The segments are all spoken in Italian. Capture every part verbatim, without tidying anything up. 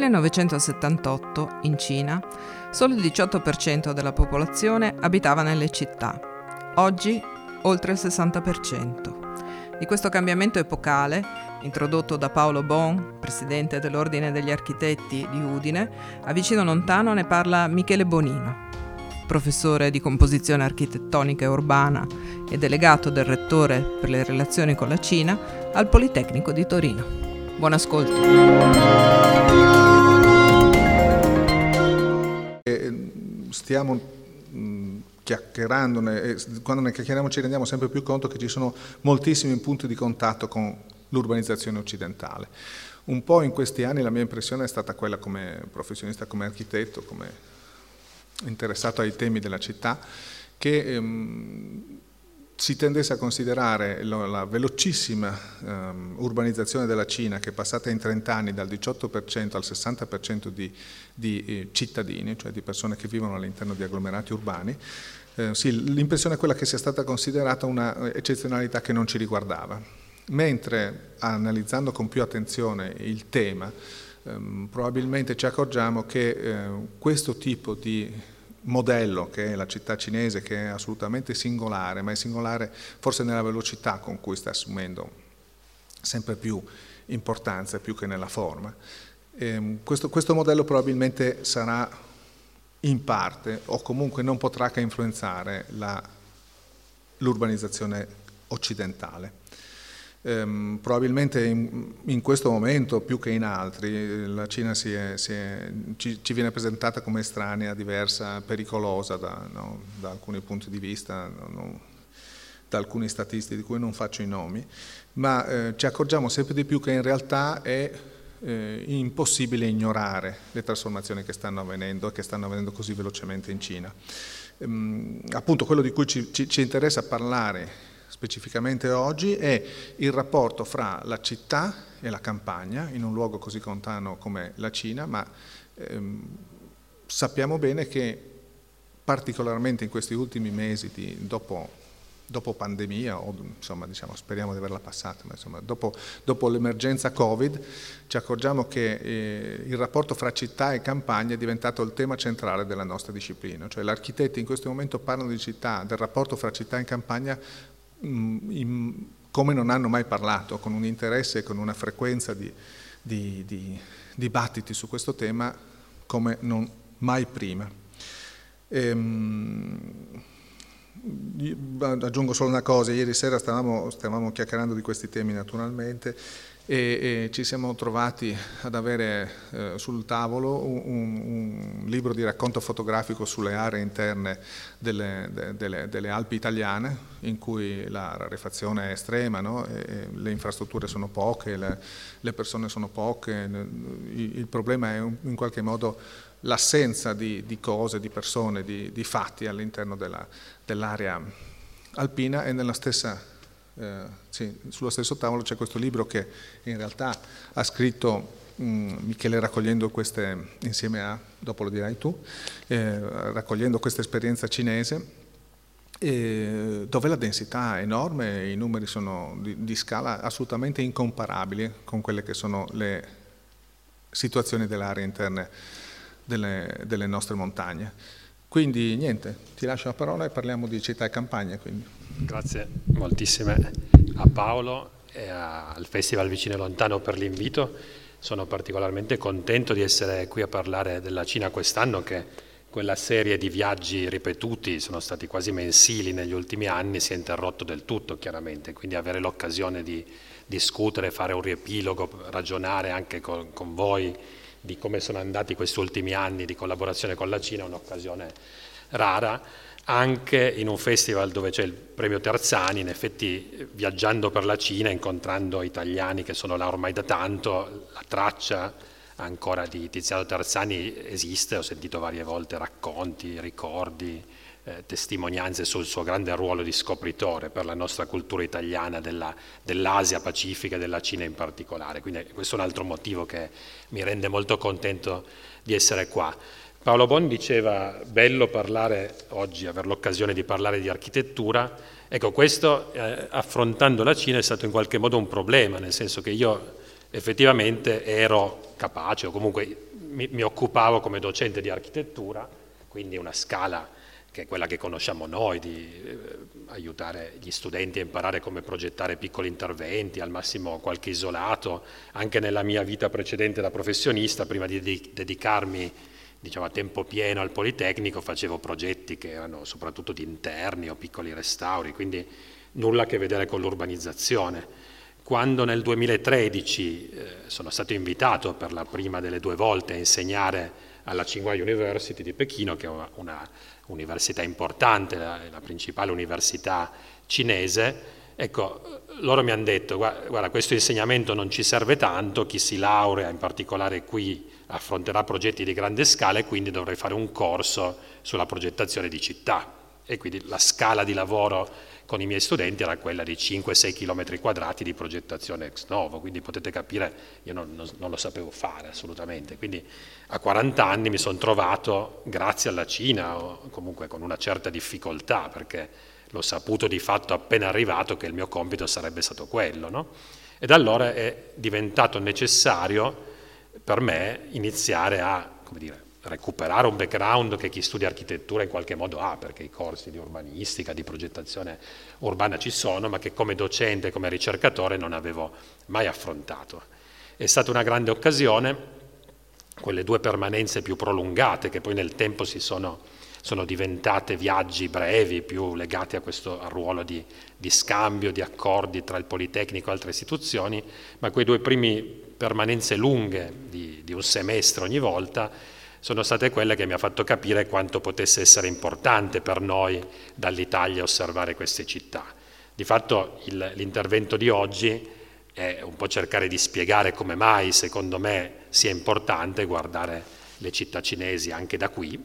millenovecentosettantotto, in Cina, solo il diciotto per cento della popolazione abitava nelle città. Oggi, oltre il sessanta per cento. Di questo cambiamento epocale, introdotto da Paolo Bon, presidente dell'Ordine degli Architetti di Udine, a vicino lontano ne parla Michele Bonino, professore di composizione architettonica e urbana e delegato del rettore per le relazioni con la Cina al Politecnico di Torino. Buon ascolto. Stiamo chiacchierandone e quando ne chiacchieriamo ci rendiamo sempre più conto che ci sono moltissimi punti di contatto con l'urbanizzazione occidentale. Un po' in questi anni la mia impressione è stata quella, come professionista, come architetto, come interessato ai temi della città, che ehm, si tendesse a considerare lo, la velocissima ehm, urbanizzazione della Cina, che è passata in trenta anni dal diciotto per cento al sessanta per cento di, di eh, cittadini, cioè di persone che vivono all'interno di agglomerati urbani. Eh, sì, l'impressione è quella che sia stata considerata una eccezionalità che non ci riguardava, mentre analizzando con più attenzione il tema ehm, probabilmente ci accorgiamo che eh, questo tipo di modello, che è la città cinese, che è assolutamente singolare, ma è singolare forse nella velocità con cui sta assumendo sempre più importanza, più che nella forma. E questo, questo modello probabilmente sarà in parte, o comunque non potrà che influenzare la, l'urbanizzazione occidentale. Um, probabilmente in, in questo momento più che in altri la Cina si è, si è, ci, ci viene presentata come estranea, diversa, pericolosa da, no, da alcuni punti di vista, no, no, da alcuni statisti di cui non faccio i nomi, ma eh, ci accorgiamo sempre di più che in realtà è eh, impossibile ignorare le trasformazioni che stanno avvenendo e che stanno avvenendo così velocemente in Cina. Um, appunto quello di cui ci, ci, ci interessa parlare specificamente oggi è il rapporto fra la città e la campagna in un luogo così lontano come la Cina, ma ehm, sappiamo bene che particolarmente in questi ultimi mesi di, dopo, dopo pandemia, o insomma diciamo speriamo di averla passata, ma insomma dopo, dopo l'emergenza Covid ci accorgiamo che eh, il rapporto fra città e campagna è diventato il tema centrale della nostra disciplina, cioè gli architetti in questo momento parlano di città, del rapporto fra città e campagna In, come non hanno mai parlato, con un interesse e con una frequenza di, di, di dibattiti su questo tema come non mai prima. Ehm, aggiungo solo una cosa, ieri sera stavamo, stavamo chiacchierando di questi temi naturalmente e, e ci siamo trovati ad avere eh, sul tavolo un, un libro di racconto fotografico sulle aree interne delle, de, delle, delle Alpi italiane, in cui la rarefazione è estrema, no? e, e le infrastrutture sono poche, le, le persone sono poche, il, il problema è in qualche modo l'assenza di, di cose, di persone, di, di fatti all'interno della, dell'area alpina, e nella stessa Eh, sì, sullo stesso tavolo c'è questo libro che in realtà ha scritto mh, Michele raccogliendo queste, insieme a, dopo lo dirai tu, eh, raccogliendo questa esperienza cinese, eh, dove la densità è enorme, i numeri sono di, di scala assolutamente incomparabili con quelle che sono le situazioni delle aree interne delle, delle nostre montagne. Quindi niente, ti lascio la parola e parliamo di città e campagna. Quindi. Grazie moltissime a Paolo e al Festival Vicino e Lontano per l'invito. Sono particolarmente contento di essere qui a parlare della Cina quest'anno, che quella serie di viaggi ripetuti, sono stati quasi mensili negli ultimi anni, si è interrotto del tutto chiaramente, quindi avere l'occasione di discutere, fare un riepilogo, ragionare anche con, con voi di come sono andati questi ultimi anni di collaborazione con la Cina è un'occasione rara, anche in un festival dove c'è il premio Terzani. In effetti viaggiando per la Cina, incontrando italiani che sono là ormai da tanto, la traccia ancora di Tiziano Terzani esiste, ho sentito varie volte racconti, ricordi, eh, testimonianze sul suo grande ruolo di scopritore per la nostra cultura italiana della, dell'Asia Pacifica e della Cina in particolare. Quindi questo è un altro motivo che mi rende molto contento di essere qua. Paolo Bon diceva bello parlare oggi, avere l'occasione di parlare di architettura. Ecco, questo eh, affrontando la Cina è stato in qualche modo un problema, nel senso che io effettivamente ero capace, o comunque mi, mi occupavo come docente di architettura, quindi una scala che è quella che conosciamo noi, di eh, aiutare gli studenti a imparare come progettare piccoli interventi, al massimo qualche isolato. Anche nella mia vita precedente da professionista, prima di dedicarmi diciamo, a tempo pieno al Politecnico, facevo progetti che erano soprattutto di interni o piccoli restauri, quindi nulla a che vedere con l'urbanizzazione. Quando nel duemilatredici eh, sono stato invitato per la prima delle due volte a insegnare alla Tsinghua University di Pechino, che è una, una università importante, la, la principale università cinese, ecco, loro mi hanno detto, guarda, guarda, questo insegnamento non ci serve tanto, chi si laurea, in particolare qui, affronterà progetti di grande scala e quindi dovrei fare un corso sulla progettazione di città. E quindi la scala di lavoro con i miei studenti era quella di cinque sei chilometri quadrati di progettazione ex novo, quindi potete capire, io non, non, non lo sapevo fare assolutamente, quindi a quaranta anni mi sono trovato, grazie alla Cina, o comunque con una certa difficoltà, perché l'ho saputo di fatto appena arrivato che il mio compito sarebbe stato quello, no? E da allora è diventato necessario per me iniziare a, come dire, recuperare un background che chi studia architettura in qualche modo ha, perché i corsi di urbanistica, di progettazione urbana ci sono, ma che come docente, come ricercatore non avevo mai affrontato. È stata una grande occasione, quelle due permanenze più prolungate, che poi nel tempo si sono, sono diventate viaggi brevi, più legati a questo al ruolo di, di scambio, di accordi tra il Politecnico e altre istituzioni, ma quei due primi permanenze lunghe di, di un semestre ogni volta sono state quelle che mi ha fatto capire quanto potesse essere importante per noi dall'Italia osservare queste città. Di fatto il, l'intervento di oggi è un po' cercare di spiegare come mai, secondo me, sia importante guardare le città cinesi anche da qui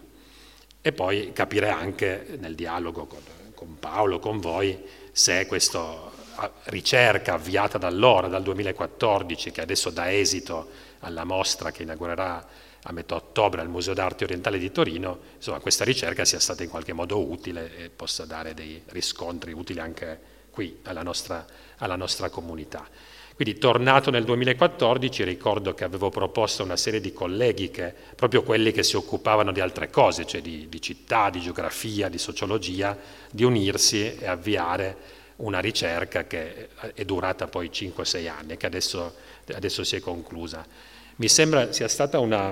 e poi capire anche nel dialogo con, con Paolo, con voi, se questa ricerca avviata da allora, dal duemilaquattordici, che adesso dà esito alla mostra che inaugurerà a metà ottobre al Museo d'Arte Orientale di Torino, insomma questa ricerca sia stata in qualche modo utile e possa dare dei riscontri utili anche qui alla nostra, alla nostra comunità. Quindi tornato nel duemilaquattordici ricordo che avevo proposto a una serie di colleghi, che, proprio quelli che si occupavano di altre cose, cioè di, di città, di geografia, di sociologia, di unirsi e avviare una ricerca che è durata poi cinque sei anni e che adesso, adesso si è conclusa. Mi sembra sia stata una,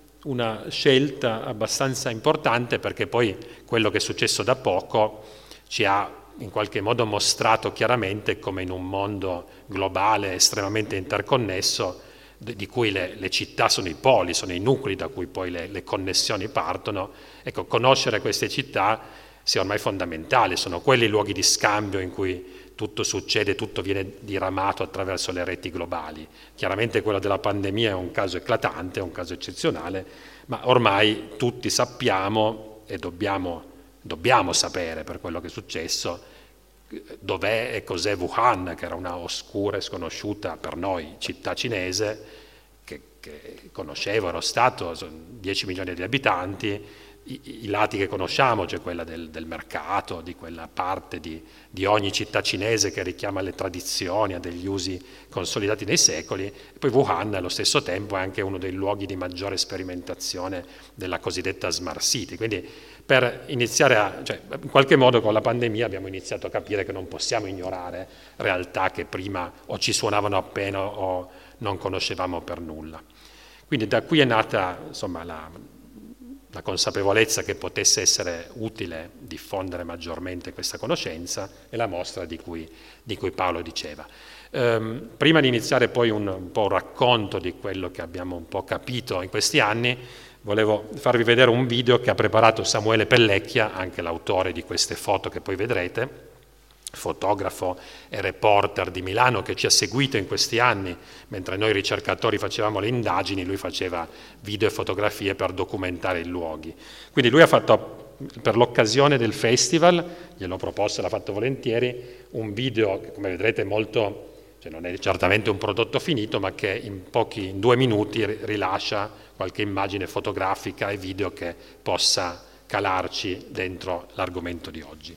una scelta abbastanza importante, perché poi quello che è successo da poco ci ha in qualche modo mostrato chiaramente come in un mondo globale estremamente interconnesso, di cui le, le città sono i poli, sono i nuclei da cui poi le, le connessioni partono, ecco, conoscere queste città sia ormai fondamentale, sono quelli i luoghi di scambio in cui tutto succede, tutto viene diramato attraverso le reti globali. Chiaramente quello della pandemia è un caso eclatante, è un caso eccezionale, ma ormai tutti sappiamo e dobbiamo, dobbiamo sapere, per quello che è successo, dov'è e cos'è Wuhan, che era una oscura e sconosciuta per noi città cinese, che, che conoscevo, ero stato, sono dieci milioni di abitanti, I, i lati che conosciamo, cioè quella del, del mercato, di quella parte di, di ogni città cinese che richiama le tradizioni, a degli usi consolidati nei secoli, e poi Wuhan allo stesso tempo è anche uno dei luoghi di maggiore sperimentazione della cosiddetta Smart City. Quindi per iniziare a, cioè, in qualche modo con la pandemia abbiamo iniziato a capire che non possiamo ignorare realtà che prima o ci suonavano appena o non conoscevamo per nulla. Quindi da qui è nata, insomma, la la consapevolezza che potesse essere utile diffondere maggiormente questa conoscenza e la mostra di cui, di cui Paolo diceva. Ehm, prima di iniziare poi un, un po' un racconto di quello che abbiamo un po' capito in questi anni, volevo farvi vedere un video che ha preparato Samuele Pellecchia, anche l'autore di queste foto che poi vedrete, fotografo e reporter di Milano, che ci ha seguito in questi anni, mentre noi ricercatori facevamo le indagini, lui faceva video e fotografie per documentare i luoghi. Quindi lui ha fatto, per l'occasione del festival, gliel'ho proposto, l'ha fatto volentieri, un video che come vedrete è molto, cioè non è certamente un prodotto finito, ma che in pochi, in due minuti rilascia qualche immagine fotografica e video che possa calarci dentro l'argomento di oggi.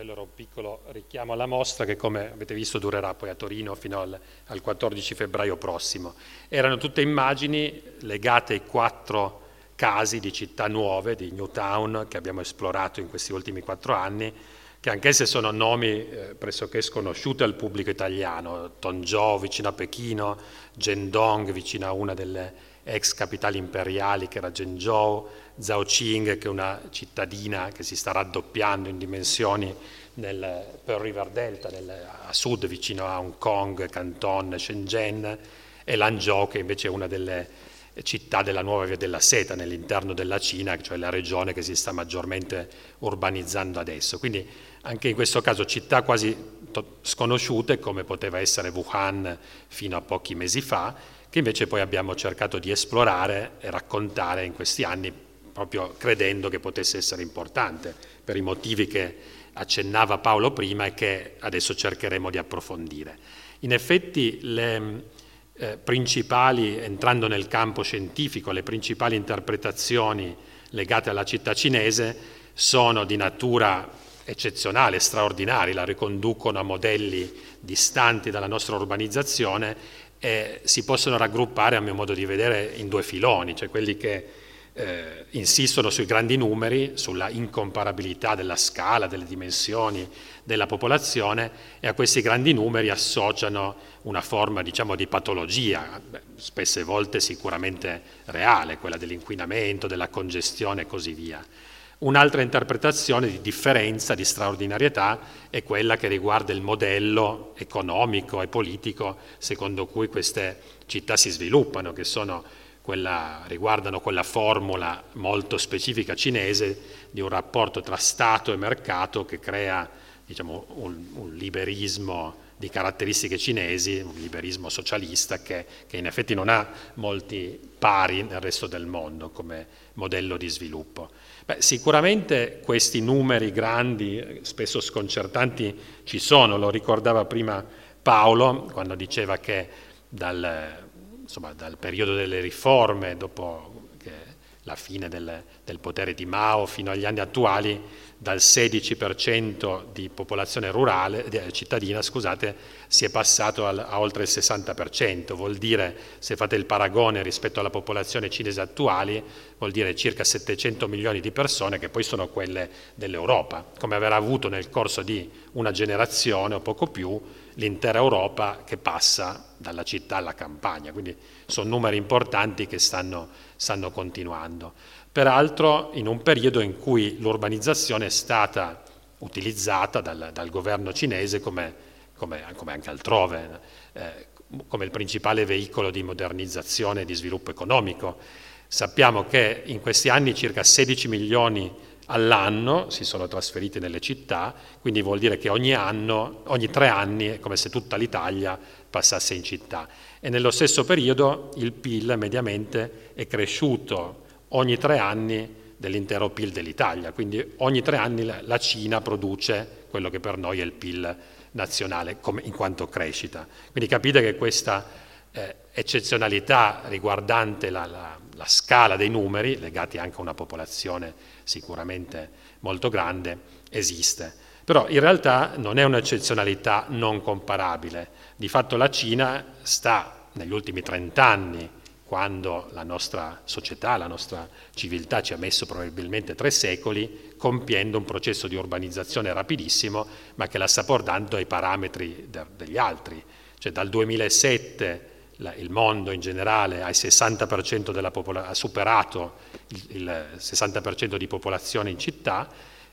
quello era un piccolo richiamo alla mostra che, come avete visto, durerà poi a Torino fino al, al quattordici febbraio prossimo. Erano tutte immagini legate ai quattro casi di città nuove, di New Town, che abbiamo esplorato in questi ultimi quattro anni, che anch'esse sono nomi eh, pressoché sconosciuti al pubblico italiano. Tongzhou vicino a Pechino, Zhendong vicino a una delle ex capitali imperiali che era Zhengzhou, Zhaoqing, che è una cittadina che si sta raddoppiando in dimensioni nel Pearl River Delta, nel, a sud vicino a Hong Kong, Canton, Shenzhen, e Lanzhou, che invece è una delle città della nuova via della seta nell'interno della Cina, cioè la regione che si sta maggiormente urbanizzando adesso. Quindi anche in questo caso città quasi sconosciute, come poteva essere Wuhan fino a pochi mesi fa, che invece poi abbiamo cercato di esplorare e raccontare in questi anni, proprio credendo che potesse essere importante, per i motivi che accennava Paolo prima e che adesso cercheremo di approfondire. In effetti le eh, principali, entrando nel campo scientifico, le principali interpretazioni legate alla città cinese sono di natura eccezionale, straordinaria, la riconducono a modelli distanti dalla nostra urbanizzazione e si possono raggruppare, a mio modo di vedere, in due filoni, cioè quelli che eh, insistono sui grandi numeri, sulla incomparabilità della scala, delle dimensioni della popolazione, e a questi grandi numeri associano una forma, diciamo, di patologia, beh, spesse volte sicuramente reale, quella dell'inquinamento, della congestione e così via. Un'altra interpretazione di differenza, di straordinarietà, è quella che riguarda il modello economico e politico secondo cui queste città si sviluppano, che sono quella, riguardano quella formula molto specifica cinese di un rapporto tra Stato e mercato che crea, diciamo, un, un liberismo di caratteristiche cinesi, un liberismo socialista che, che in effetti non ha molti pari nel resto del mondo come modello di sviluppo. Beh, sicuramente questi numeri grandi, spesso sconcertanti, ci sono, lo ricordava prima Paolo quando diceva che dal, insomma, dal periodo delle riforme, dopo che la fine del, del potere di Mao fino agli anni attuali, dal sedici per cento di popolazione rurale, di, cittadina, scusate, si è passato al, a oltre il sessanta per cento. Vuol dire, se fate il paragone rispetto alla popolazione cinese attuali, vuol dire circa settecento milioni di persone, che poi sono quelle dell'Europa, come aver avuto nel corso di una generazione o poco più l'intera Europa che passa dalla città alla campagna. Quindi sono numeri importanti che stanno, stanno continuando. Peraltro in un periodo in cui l'urbanizzazione è stata utilizzata dal, dal governo cinese come, come, come anche altrove, eh, come il principale veicolo di modernizzazione e di sviluppo economico. Sappiamo che in questi anni circa sedici milioni all'anno si sono trasferiti nelle città, quindi vuol dire che ogni anno, ogni tre anni è come se tutta l'Italia passasse in città. E nello stesso periodo il P I L mediamente è cresciuto ogni tre anni dell'intero P I L dell'Italia, quindi ogni tre anni la Cina produce quello che per noi è il P I L nazionale come, in quanto crescita. Quindi capite che questa eh, eccezionalità riguardante la, la, la scala dei numeri, legati anche a una popolazione sicuramente molto grande, esiste. Però in realtà non è un'eccezionalità non comparabile. Di fatto la Cina sta negli ultimi trent'anni, quando la nostra società, la nostra civiltà ci ha messo probabilmente tre secoli, compiendo un processo di urbanizzazione rapidissimo, ma che la sta portando ai parametri de- degli altri. Cioè dal duemilasette la, il mondo in generale ha, il sessanta per cento della popola- ha superato il, il sessanta per cento di popolazione in città,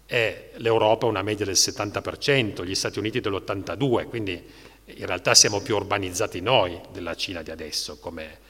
e l'Europa una media del settanta per cento, gli Stati Uniti dell'ottantadue per cento, quindi in realtà siamo più urbanizzati noi della Cina di adesso, come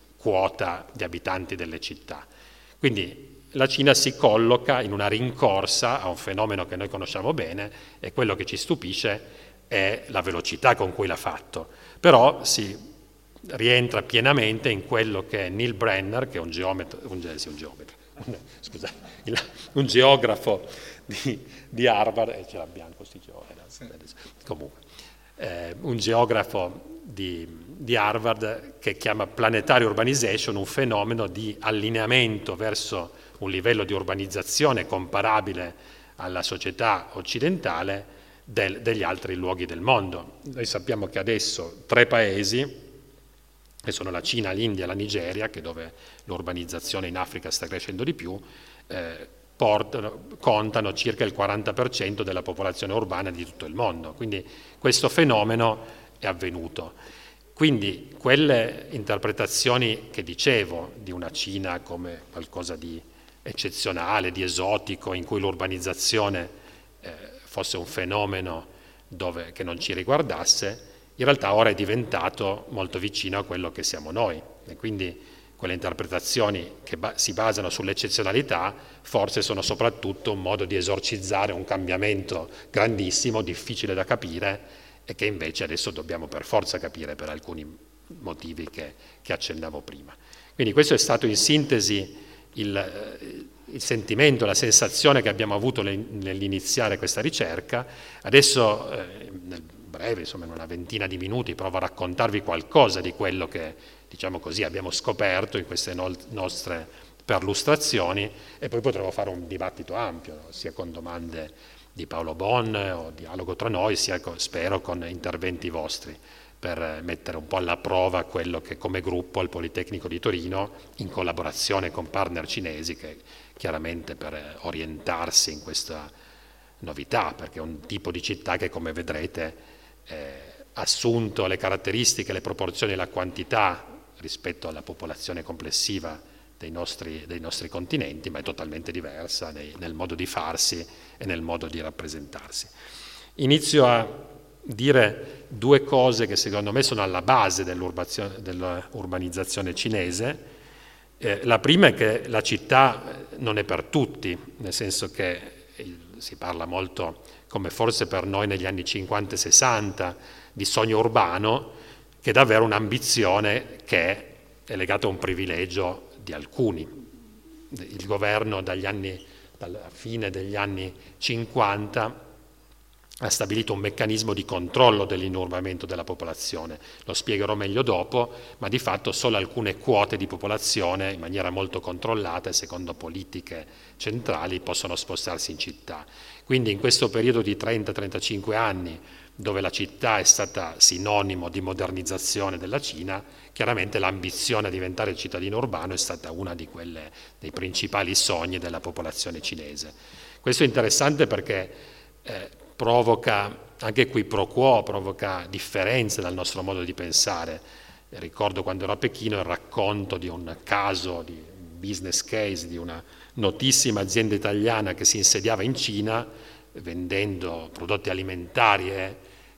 quota di abitanti delle città. Quindi la Cina si colloca in una rincorsa a un fenomeno che noi conosciamo bene, e quello che ci stupisce è la velocità con cui l'ha fatto. Però si rientra pienamente in quello che Neil Brenner, che è un geometra, un, sì, un, geometra, un, scusa, il, un geografo di, di Harvard, e eh, ce l'abbiamo questi geografi, comunque, eh, un geografo Di, di Harvard, che chiama planetary urbanization un fenomeno di allineamento verso un livello di urbanizzazione comparabile alla società occidentale del, degli altri luoghi del mondo. Noi sappiamo che adesso tre paesi, che sono la Cina, l'India e la Nigeria, che dove l'urbanizzazione in Africa sta crescendo di più, eh, portano, contano circa il quaranta per cento della popolazione urbana di tutto il mondo. Quindi questo fenomeno è avvenuto. Quindi quelle interpretazioni che dicevo di una Cina come qualcosa di eccezionale, di esotico, in cui l'urbanizzazione eh, fosse un fenomeno dove, che non ci riguardasse, in realtà ora è diventato molto vicino a quello che siamo noi, e quindi quelle interpretazioni che ba- si basano sull'eccezionalità forse sono soprattutto un modo di esorcizzare un cambiamento grandissimo, difficile da capire, e che invece adesso dobbiamo per forza capire per alcuni motivi che, che accennavo prima. Quindi questo è stato in sintesi il, il sentimento, la sensazione che abbiamo avuto nell'iniziare questa ricerca. Adesso eh, nel breve, insomma in una ventina di minuti, provo a raccontarvi qualcosa di quello che, diciamo così, abbiamo scoperto in queste no- nostre perlustrazioni, e poi potremo fare un dibattito ampio, no? Sia con domande di Paolo Bon o dialogo tra noi, sia con, spero con interventi vostri, per mettere un po' alla prova quello che come gruppo al Politecnico di Torino, in collaborazione con partner cinesi, che chiaramente per orientarsi in questa novità, perché è un tipo di città che, come vedrete, eh, assunto le caratteristiche, le proporzioni e la quantità rispetto alla popolazione complessiva dei nostri, dei nostri continenti, ma è totalmente diversa nei, nel modo di farsi e nel modo di rappresentarsi. Inizio a dire due cose che secondo me sono alla base dell'urbanizzazione cinese. Eh, la prima è che la città non è per tutti, nel senso che si parla molto, come forse per noi negli anni cinquanta e sessanta, di sogno urbano, che è davvero un'ambizione che è legata a un privilegio di alcuni. Il governo dagli anni, dalla fine degli anni cinquanta ha stabilito un meccanismo di controllo dell'inurbamento della popolazione. Lo spiegherò meglio dopo, ma di fatto solo alcune quote di popolazione, in maniera molto controllata e secondo politiche centrali, possono spostarsi in città. Quindi in questo periodo di trenta trentacinque anni, dove la città è stata sinonimo di modernizzazione della Cina, chiaramente l'ambizione a diventare cittadino urbano è stata una di quelle, dei principali sogni della popolazione cinese. Questo è interessante perché eh, provoca anche qui pro quo, provoca differenze dal nostro modo di pensare. Ricordo quando ero a Pechino il racconto di un caso, di un business case, di una notissima azienda italiana che si insediava in Cina vendendo prodotti alimentari e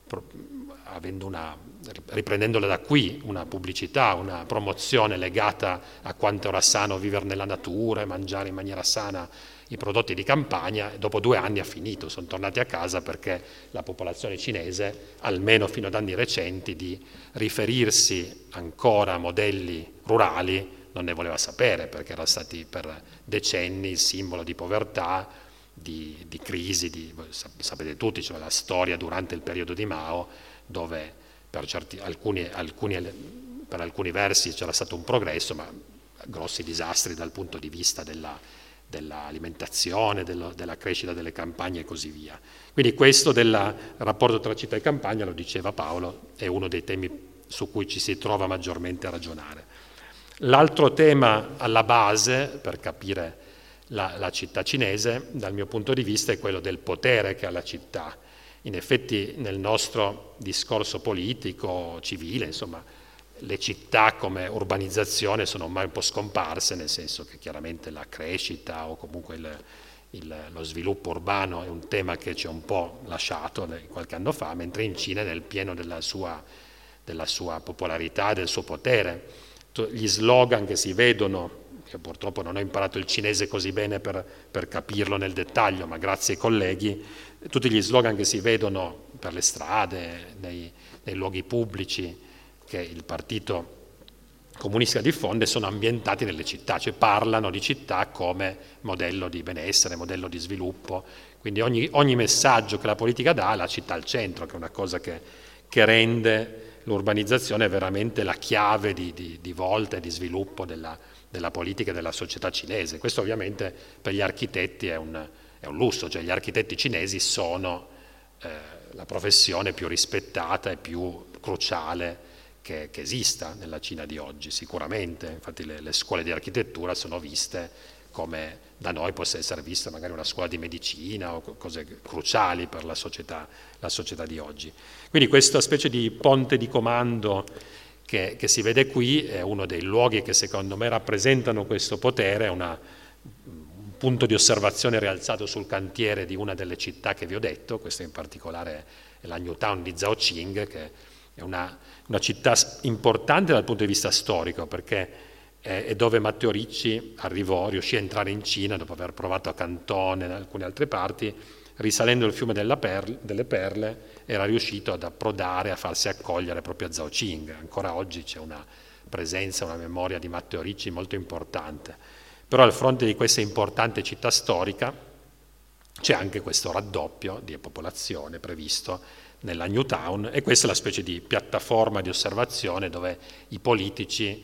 avendo una, riprendendola da qui, una pubblicità, una promozione legata a quanto era sano vivere nella natura e mangiare in maniera sana i prodotti di campagna. Dopo due anni ha finito, sono tornati a casa perché la popolazione cinese, almeno fino ad anni recenti, di riferirsi ancora a modelli rurali non ne voleva sapere, perché erano stati per decenni il simbolo di povertà, di, di crisi, di, sapete tutti, cioè la storia durante il periodo di Mao, dove per, certi, alcuni, alcuni, per alcuni versi c'era stato un progresso, ma grossi disastri dal punto di vista della, dell'alimentazione, dello, della crescita delle campagne e così via. Quindi questo del rapporto tra città e campagna, lo diceva Paolo, è uno dei temi su cui ci si trova maggiormente a ragionare. L'altro tema alla base, per capire la, la città cinese, dal mio punto di vista, è quello del potere che ha la città. In effetti nel nostro discorso politico, civile, insomma, le città come urbanizzazione sono ormai un po' scomparse, nel senso che chiaramente la crescita o comunque il, il, lo sviluppo urbano è un tema che ci ha un po' lasciato qualche anno fa, mentre in Cina è nel pieno della sua, della sua popolarità e del suo potere. Gli slogan che si vedono, che purtroppo non ho imparato il cinese così bene per, per capirlo nel dettaglio, ma grazie ai colleghi, tutti gli slogan che si vedono per le strade, nei, nei luoghi pubblici, che il Partito Comunista diffonde, sono ambientati nelle città, cioè parlano di città come modello di benessere, modello di sviluppo. Quindi ogni, ogni messaggio che la politica dà ha la città al centro, che è una cosa che, che rende l'urbanizzazione è veramente la chiave di, di, di volta e di sviluppo della, della politica e della società cinese. Questo ovviamente per gli architetti è un, è un lusso, cioè gli architetti cinesi sono eh, la professione più rispettata e più cruciale che, che esista nella Cina di oggi, sicuramente. Infatti le, le scuole di architettura sono viste come da noi possa essere vista magari una scuola di medicina o cose cruciali per la società, la società di oggi. Quindi questa specie di ponte di comando che, che si vede qui è uno dei luoghi che secondo me rappresentano questo potere, una, un punto di osservazione rialzato sul cantiere di una delle città che vi ho detto, questa in particolare è la New Town di Zhaoqing, che è una, una città importante dal punto di vista storico, perché è, è dove Matteo Ricci arrivò, riuscì a entrare in Cina dopo aver provato a Cantone e in alcune altre parti, risalendo il fiume della Perle, delle Perle, era riuscito ad approdare, a farsi accogliere proprio a Zhaoqing. Ancora oggi c'è una presenza, una memoria di Matteo Ricci molto importante. Però al fronte di questa importante città storica c'è anche questo raddoppio di popolazione previsto nella New Town, e questa è la specie di piattaforma di osservazione dove i politici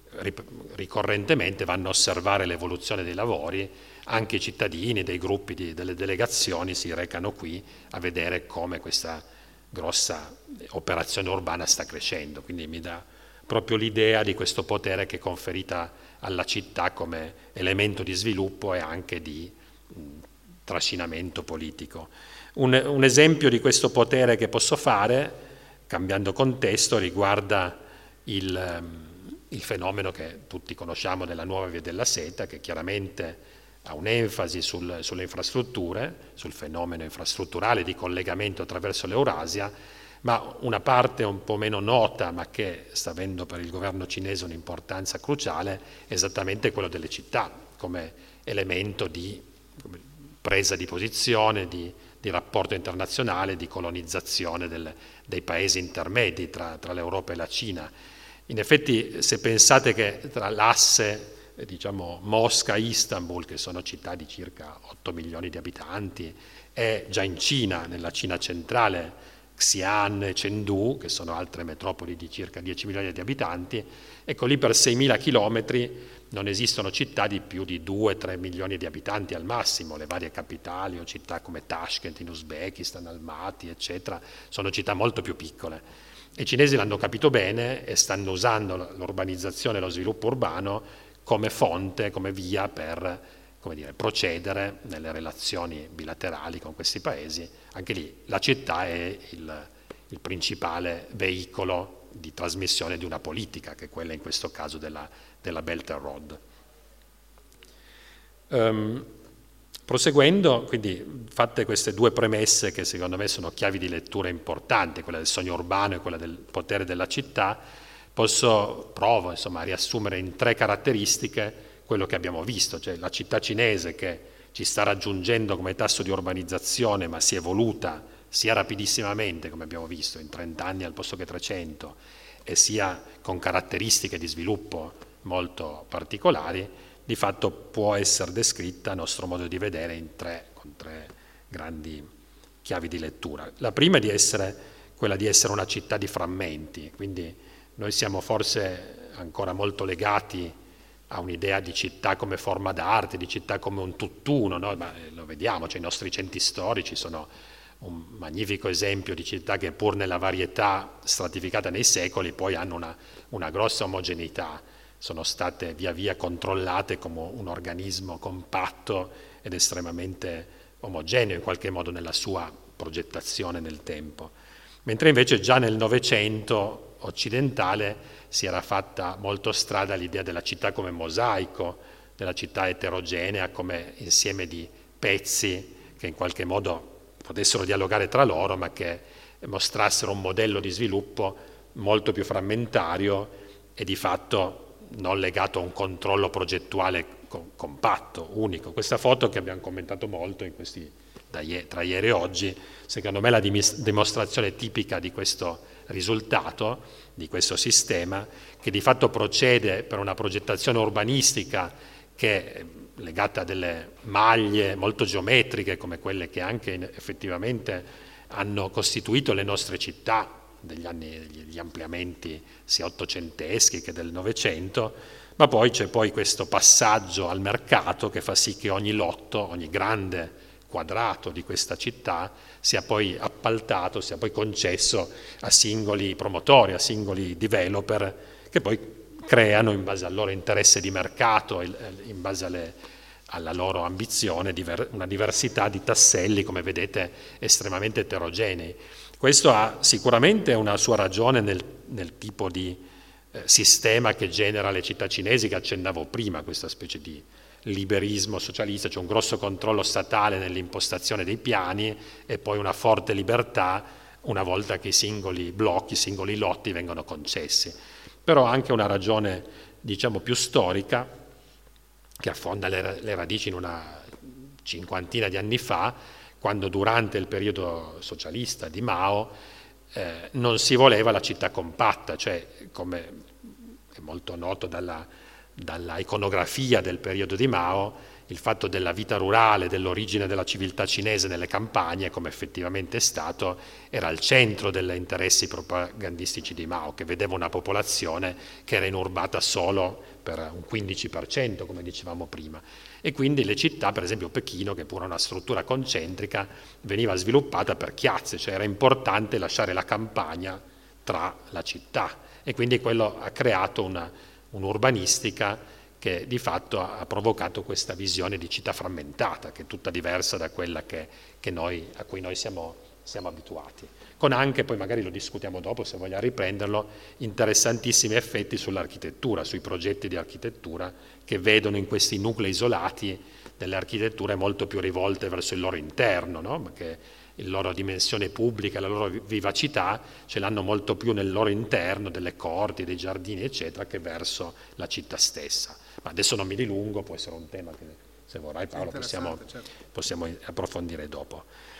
ricorrentemente vanno a osservare l'evoluzione dei lavori, anche i cittadini, dei gruppi, di, delle delegazioni si recano qui a vedere come questa grossa operazione urbana sta crescendo, quindi mi dà proprio l'idea di questo potere che è conferita alla città come elemento di sviluppo e anche di mh, trascinamento politico. Un, un esempio di questo potere che posso fare, cambiando contesto, riguarda il, il fenomeno che tutti conosciamo della nuova Via della Seta, che chiaramente ha un'enfasi sul, sulle infrastrutture, sul fenomeno infrastrutturale di collegamento attraverso l'Eurasia, ma una parte un po' meno nota, ma che sta avendo per il governo cinese un'importanza cruciale, è esattamente quello delle città, come elemento di come presa di posizione, di di rapporto internazionale, di colonizzazione del, dei paesi intermedi tra, tra l'Europa e la Cina. In effetti, se pensate che tra l'asse diciamo, Mosca-Istanbul, che sono città di circa otto milioni di abitanti, e già in Cina, nella Cina centrale, Xi'an e Chengdu, che sono altre metropoli di circa dieci milioni di abitanti, ecco lì per seimila chilometri non esistono città di più di due tre milioni di abitanti al massimo. Le varie capitali o città come Tashkent in Uzbekistan, Almaty, eccetera, sono città molto più piccole. I cinesi l'hanno capito bene e stanno usando l'urbanizzazione e lo sviluppo urbano come fonte, come via per come dire, procedere nelle relazioni bilaterali con questi paesi. Anche lì la città è il, il principale veicolo di trasmissione di una politica, che è quella in questo caso della, della Belt and Road. Um, proseguendo, quindi fatte queste due premesse che secondo me sono chiavi di lettura importanti, quella del sogno urbano e quella del potere della città, posso, provo insomma, a riassumere in tre caratteristiche quello che abbiamo visto, cioè la città cinese che ci sta raggiungendo come tasso di urbanizzazione, ma si è evoluta sia rapidissimamente, come abbiamo visto, in trenta anni al posto che trecento, e sia con caratteristiche di sviluppo molto particolari, di fatto può essere descritta, a nostro modo di vedere, in tre, con tre grandi chiavi di lettura. La prima è di essere quella di essere una città di frammenti, quindi noi siamo forse ancora molto legati a un'idea di città come forma d'arte, di città come un tutt'uno, no? Ma lo vediamo, cioè i nostri centri storici sono un magnifico esempio di città che pur nella varietà stratificata nei secoli poi hanno una, una grossa omogeneità, sono state via via controllate come un organismo compatto ed estremamente omogeneo in qualche modo nella sua progettazione nel tempo. Mentre invece già nel Novecento occidentale si era fatta molto strada l'idea della città come mosaico, della città eterogenea come insieme di pezzi che in qualche modo potessero dialogare tra loro, ma che mostrassero un modello di sviluppo molto più frammentario e di fatto non legato a un controllo progettuale compatto, unico. Questa foto che abbiamo commentato molto in questi, da ieri, tra ieri e oggi, secondo me è la dimostrazione tipica di questo risultato, di questo sistema, che di fatto procede per una progettazione urbanistica che è legata a delle maglie molto geometriche come quelle che anche effettivamente hanno costituito le nostre città degli anni, degli ampliamenti sia ottocenteschi che del Novecento, ma poi c'è poi questo passaggio al mercato che fa sì che ogni lotto, ogni grande quadrato di questa città sia poi appaltato, sia poi concesso a singoli promotori, a singoli developer che poi creano in base al loro interesse di mercato, in base alle, alla loro ambizione, una diversità di tasselli, come vedete, estremamente eterogenei. Questo ha sicuramente una sua ragione nel, nel tipo di eh, sistema che genera le città cinesi che accennavo prima, questa specie di liberismo socialista, c'è un grosso controllo statale nell'impostazione dei piani e poi una forte libertà una volta che i singoli blocchi, i singoli lotti vengono concessi. Però ha anche una ragione, diciamo, più storica, che affonda le, le radici in una cinquantina di anni fa, quando durante il periodo socialista di Mao eh, non si voleva la città compatta, cioè, come è molto noto dalla, dalla iconografia del periodo di Mao, il fatto della vita rurale, dell'origine della civiltà cinese nelle campagne, come effettivamente è stato, era al centro degli interessi propagandistici di Mao, che vedeva una popolazione che era inurbata solo per un quindici per cento, come dicevamo prima. E quindi le città, per esempio Pechino, che pure ha una struttura concentrica, veniva sviluppata per chiazze, cioè era importante lasciare la campagna tra la città. E quindi quello ha creato una, un'urbanistica che di fatto ha provocato questa visione di città frammentata, che è tutta diversa da quella che, che noi, a cui noi siamo, siamo abituati. Con anche, poi magari lo discutiamo dopo se vogliamo riprenderlo, interessantissimi effetti sull'architettura, sui progetti di architettura che vedono in questi nuclei isolati delle architetture molto più rivolte verso il loro interno, no? Perché la loro dimensione pubblica, la loro vivacità ce l'hanno molto più nel loro interno, delle corti, dei giardini, eccetera, che verso la città stessa. Ma adesso non mi dilungo, può essere un tema che, se vorrai Paolo, possiamo, certo. possiamo approfondire dopo.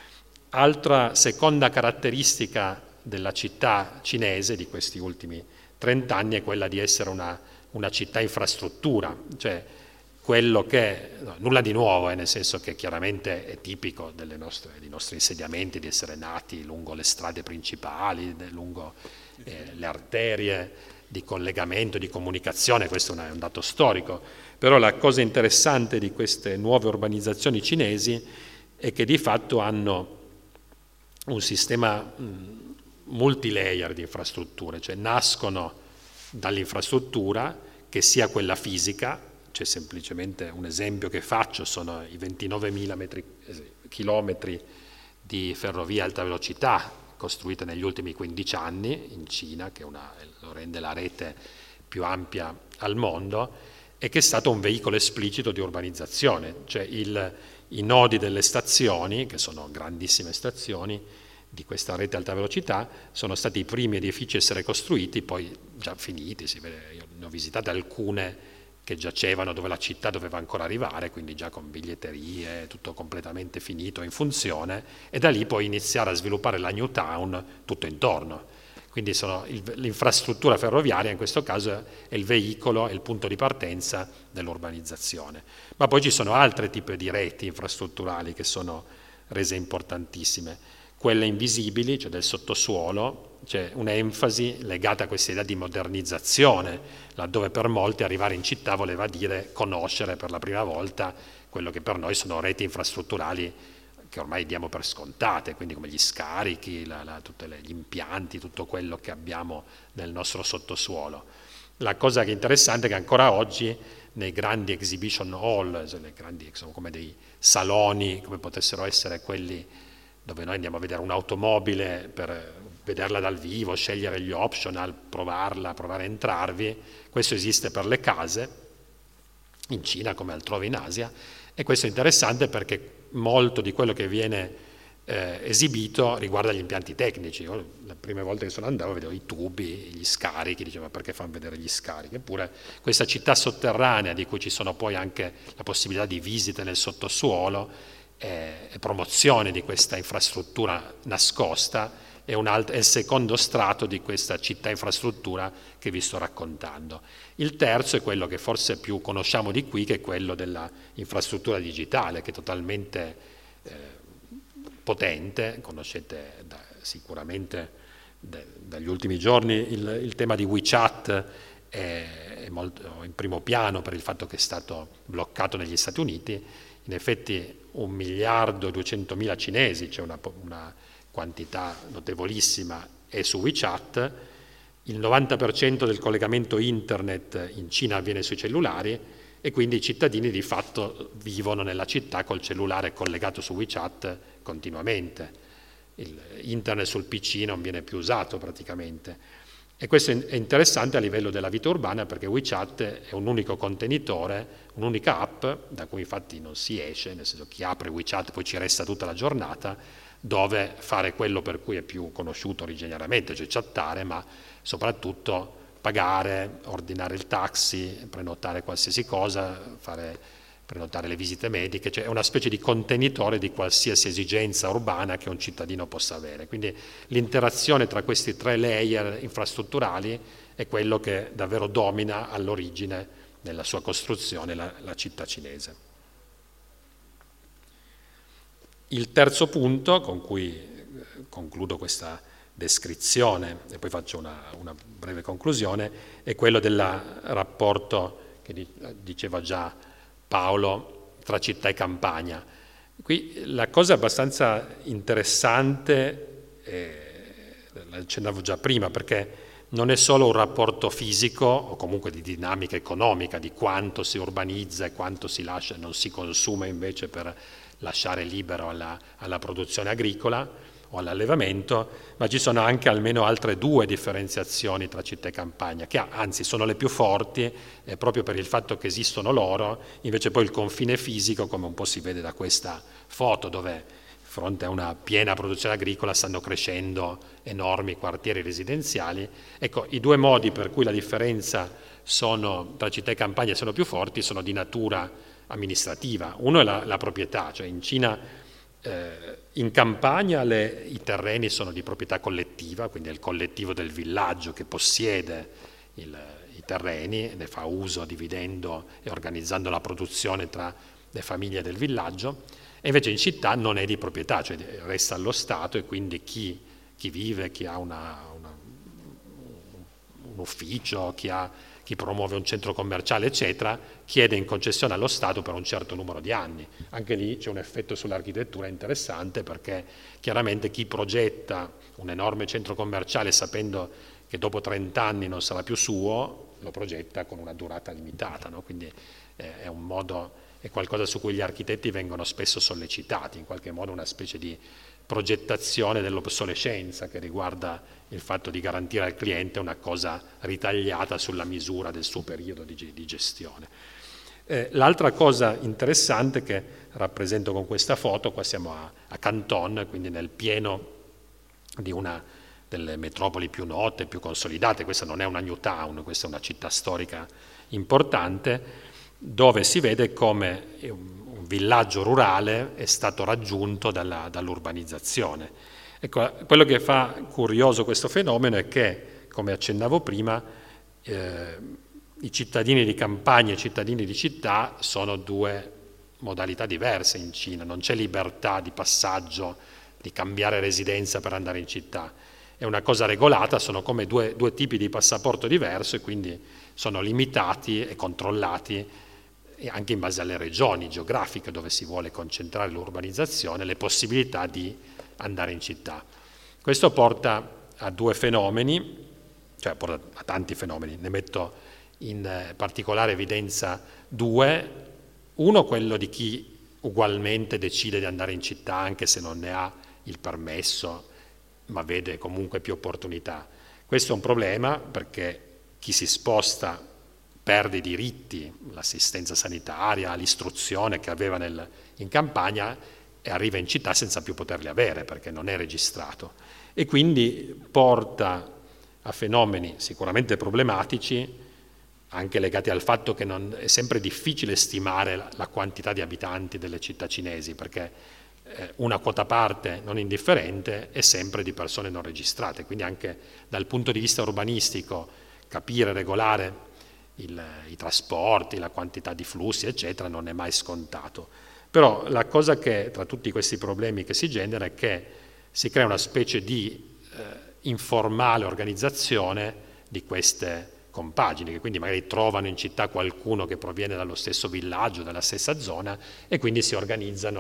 Altra seconda caratteristica della città cinese di questi ultimi trent'anni è quella di essere una, una città infrastruttura, cioè quello che, no, nulla di nuovo, eh, nel senso che chiaramente è tipico delle nostre, dei nostri insediamenti di essere nati lungo le strade principali, lungo eh, le arterie di collegamento, di comunicazione, questo è un dato storico, però la cosa interessante di queste nuove urbanizzazioni cinesi è che di fatto hanno un sistema mh, multilayer di infrastrutture, cioè nascono dall'infrastruttura che sia quella fisica. C'è semplicemente un esempio che faccio, sono i ventinovemila chilometri di ferrovia a alta velocità costruite negli ultimi quindici anni in Cina, che una, lo rende la rete più ampia al mondo, e che è stato un veicolo esplicito di urbanizzazione, cioè il, i nodi delle stazioni, che sono grandissime stazioni di questa rete a alta velocità, sono stati i primi edifici a essere costruiti, poi già finiti, si vede, io ne ho visitate alcune che giacevano dove la città doveva ancora arrivare, quindi già con biglietterie, tutto completamente finito, in funzione, e da lì poi iniziare a sviluppare la New Town tutto intorno. Quindi sono il, l'infrastruttura ferroviaria in questo caso è il veicolo, è il punto di partenza dell'urbanizzazione. Ma poi ci sono altri tipi di reti infrastrutturali che sono rese importantissime. Quelle invisibili, cioè del sottosuolo, c'è un'enfasi legata a questa idea di modernizzazione, laddove per molti arrivare in città voleva dire conoscere per la prima volta quello che per noi sono reti infrastrutturali che ormai diamo per scontate, quindi come gli scarichi, la, la, tutti gli impianti, tutto quello che abbiamo nel nostro sottosuolo. La cosa che è interessante è che ancora oggi nei grandi exhibition hall, cioè le grandi, sono come dei saloni, come potessero essere quelli dove noi andiamo a vedere un'automobile per vederla dal vivo, scegliere gli optional, provarla, provare a entrarvi. Questo esiste per le case, in Cina come altrove in Asia, e questo è interessante perché molto di quello che viene eh, esibito riguarda gli impianti tecnici. Io, le prime volte che sono andato vedevo i tubi, gli scarichi, dicevo ma perché fanno vedere gli scarichi? Eppure questa città sotterranea, di cui ci sono poi anche la possibilità di visite nel sottosuolo, e promozione di questa infrastruttura nascosta è, un alt- è il secondo strato di questa città infrastruttura che vi sto raccontando. Il terzo è quello che forse più conosciamo di qui, che è quello della infrastruttura digitale, che è totalmente eh, potente. Conoscete da, sicuramente de, dagli ultimi giorni il, il tema di WeChat è, è molto in primo piano per il fatto che è stato bloccato negli Stati Uniti. In effetti un miliardo e duecentomila cinesi, c'è una, una quantità notevolissima, è su WeChat, il novanta per cento del collegamento internet in Cina avviene sui cellulari e quindi i cittadini di fatto vivono nella città col cellulare collegato su WeChat continuamente. Il internet sul P C non viene più usato praticamente. E questo è interessante a livello della vita urbana perché WeChat è un unico contenitore, un'unica app da cui infatti non si esce, nel senso chi apre WeChat poi ci resta tutta la giornata, dove fare quello per cui è più conosciuto originariamente, cioè chattare, ma soprattutto pagare, ordinare il taxi, prenotare qualsiasi cosa, fare, prenotare le visite mediche, cioè è una specie di contenitore di qualsiasi esigenza urbana che un cittadino possa avere. Quindi l'interazione tra questi tre layer infrastrutturali è quello che davvero domina all'origine nella sua costruzione la, la città cinese. Il terzo punto con cui concludo questa descrizione e poi faccio una, una breve conclusione è quello del rapporto che diceva già Paolo tra città e campagna. Qui la cosa abbastanza interessante, eh, l'accennavo già prima, perché non è solo un rapporto fisico o comunque di dinamica economica, di quanto si urbanizza e quanto si lascia e non si consuma invece per lasciare libero alla, alla produzione agricola o all'allevamento, ma ci sono anche almeno altre due differenziazioni tra città e campagna, che anzi sono le più forti eh, proprio per il fatto che esistono loro, invece poi il confine fisico, come un po' si vede da questa foto, dove di fronte a una piena produzione agricola stanno crescendo enormi quartieri residenziali. Ecco, i due modi per cui la differenza sono, tra città e campagna sono più forti sono di natura amministrativa. Uno è la, la proprietà, cioè in Cina Eh, in campagna le, i terreni sono di proprietà collettiva, quindi è il collettivo del villaggio che possiede il, i terreni, ne fa uso dividendo e organizzando la produzione tra le famiglie del villaggio, e invece in città non è di proprietà, cioè resta allo Stato e quindi chi, chi vive, chi ha una, una, un ufficio, chi ha chi promuove un centro commerciale, eccetera, chiede in concessione allo Stato per un certo numero di anni. Anche lì c'è un effetto sull'architettura interessante perché chiaramente chi progetta un enorme centro commerciale sapendo che dopo trenta anni non sarà più suo, lo progetta con una durata limitata, no? Quindi eh, è un modo, è qualcosa su cui gli architetti vengono spesso sollecitati, in qualche modo una specie di progettazione dell'obsolescenza che riguarda il fatto di garantire al cliente una cosa ritagliata sulla misura del suo periodo di, di gestione. Eh, l'altra cosa interessante che rappresento con questa foto, qua siamo a, a Canton, quindi nel pieno di una delle metropoli più note, più consolidate, questa non è una new town, questa è una città storica importante, dove si vede come un villaggio rurale è stato raggiunto dalla, dall'urbanizzazione. Ecco, quello che fa curioso questo fenomeno è che, come accennavo prima, eh, i cittadini di campagna e i cittadini di città sono due modalità diverse in Cina, non c'è libertà di passaggio, di cambiare residenza per andare in città, è una cosa regolata, sono come due, due tipi di passaporto diverso e quindi sono limitati e controllati e anche in base alle regioni geografiche dove si vuole concentrare l'urbanizzazione, le possibilità di andare in città. Questo porta a due fenomeni, cioè porta a tanti fenomeni, ne metto in particolare evidenza due. Uno, quello di chi ugualmente decide di andare in città anche se non ne ha il permesso, ma vede comunque più opportunità. Questo è un problema perché chi si sposta perde i diritti, l'assistenza sanitaria, l'istruzione che aveva nel, in campagna e arriva in città senza più poterli avere perché non è registrato. E quindi porta a fenomeni sicuramente problematici, anche legati al fatto che non, è sempre difficile stimare la, la quantità di abitanti delle città cinesi, perché eh, una quota parte non indifferente è sempre di persone non registrate, quindi anche dal punto di vista urbanistico capire, regolare il, i trasporti, la quantità di flussi, eccetera, non è mai scontato. Però la cosa che, tra tutti questi problemi che si genera, è che si crea una specie di eh, informale organizzazione di queste compagini, che quindi magari trovano in città qualcuno che proviene dallo stesso villaggio, dalla stessa zona, e quindi si organizzano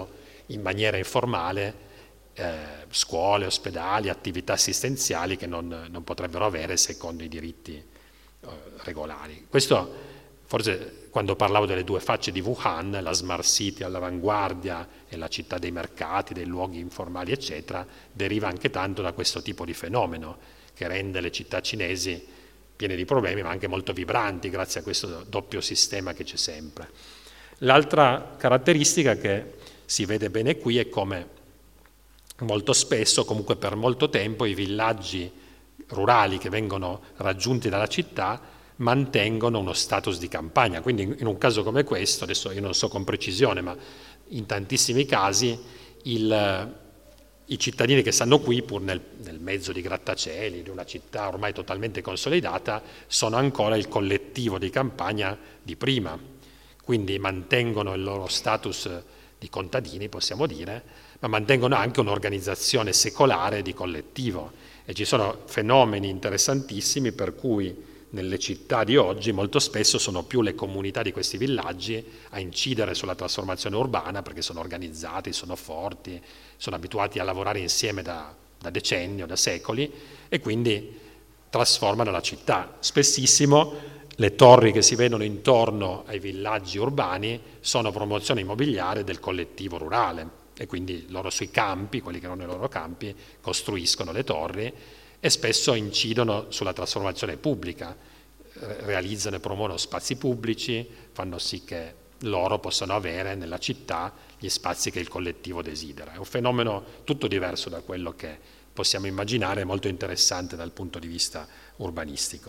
in maniera informale eh, scuole, ospedali, attività assistenziali che non, non potrebbero avere secondo i diritti eh, regolari. Questo forse quando parlavo delle due facce di Wuhan, la smart city all'avanguardia e la città dei mercati, dei luoghi informali eccetera, deriva anche tanto da questo tipo di fenomeno che rende le città cinesi piene di problemi ma anche molto vibranti grazie a questo doppio sistema che c'è sempre. L'altra caratteristica che si vede bene qui è come molto spesso, comunque per molto tempo, i villaggi rurali che vengono raggiunti dalla città mantengono uno status di campagna, quindi in un caso come questo, adesso io non so con precisione, ma in tantissimi casi il, i cittadini che stanno qui, pur nel, nel mezzo di grattacieli, di una città ormai totalmente consolidata, sono ancora il collettivo di campagna di prima, quindi mantengono il loro status di contadini, possiamo dire, ma mantengono anche un'organizzazione secolare di collettivo e ci sono fenomeni interessantissimi per cui nelle città di oggi molto spesso sono più le comunità di questi villaggi a incidere sulla trasformazione urbana perché sono organizzati, sono forti, sono abituati a lavorare insieme da, da decenni o da secoli e quindi trasformano la città. Spessissimo le torri che si vedono intorno ai villaggi urbani sono promozione immobiliare del collettivo rurale e quindi loro sui campi, quelli che erano i loro campi, costruiscono le torri e spesso incidono sulla trasformazione pubblica, realizzano e promuovono spazi pubblici, fanno sì che loro possano avere nella città gli spazi che il collettivo desidera. È un fenomeno tutto diverso da quello che possiamo immaginare, molto interessante dal punto di vista urbanistico.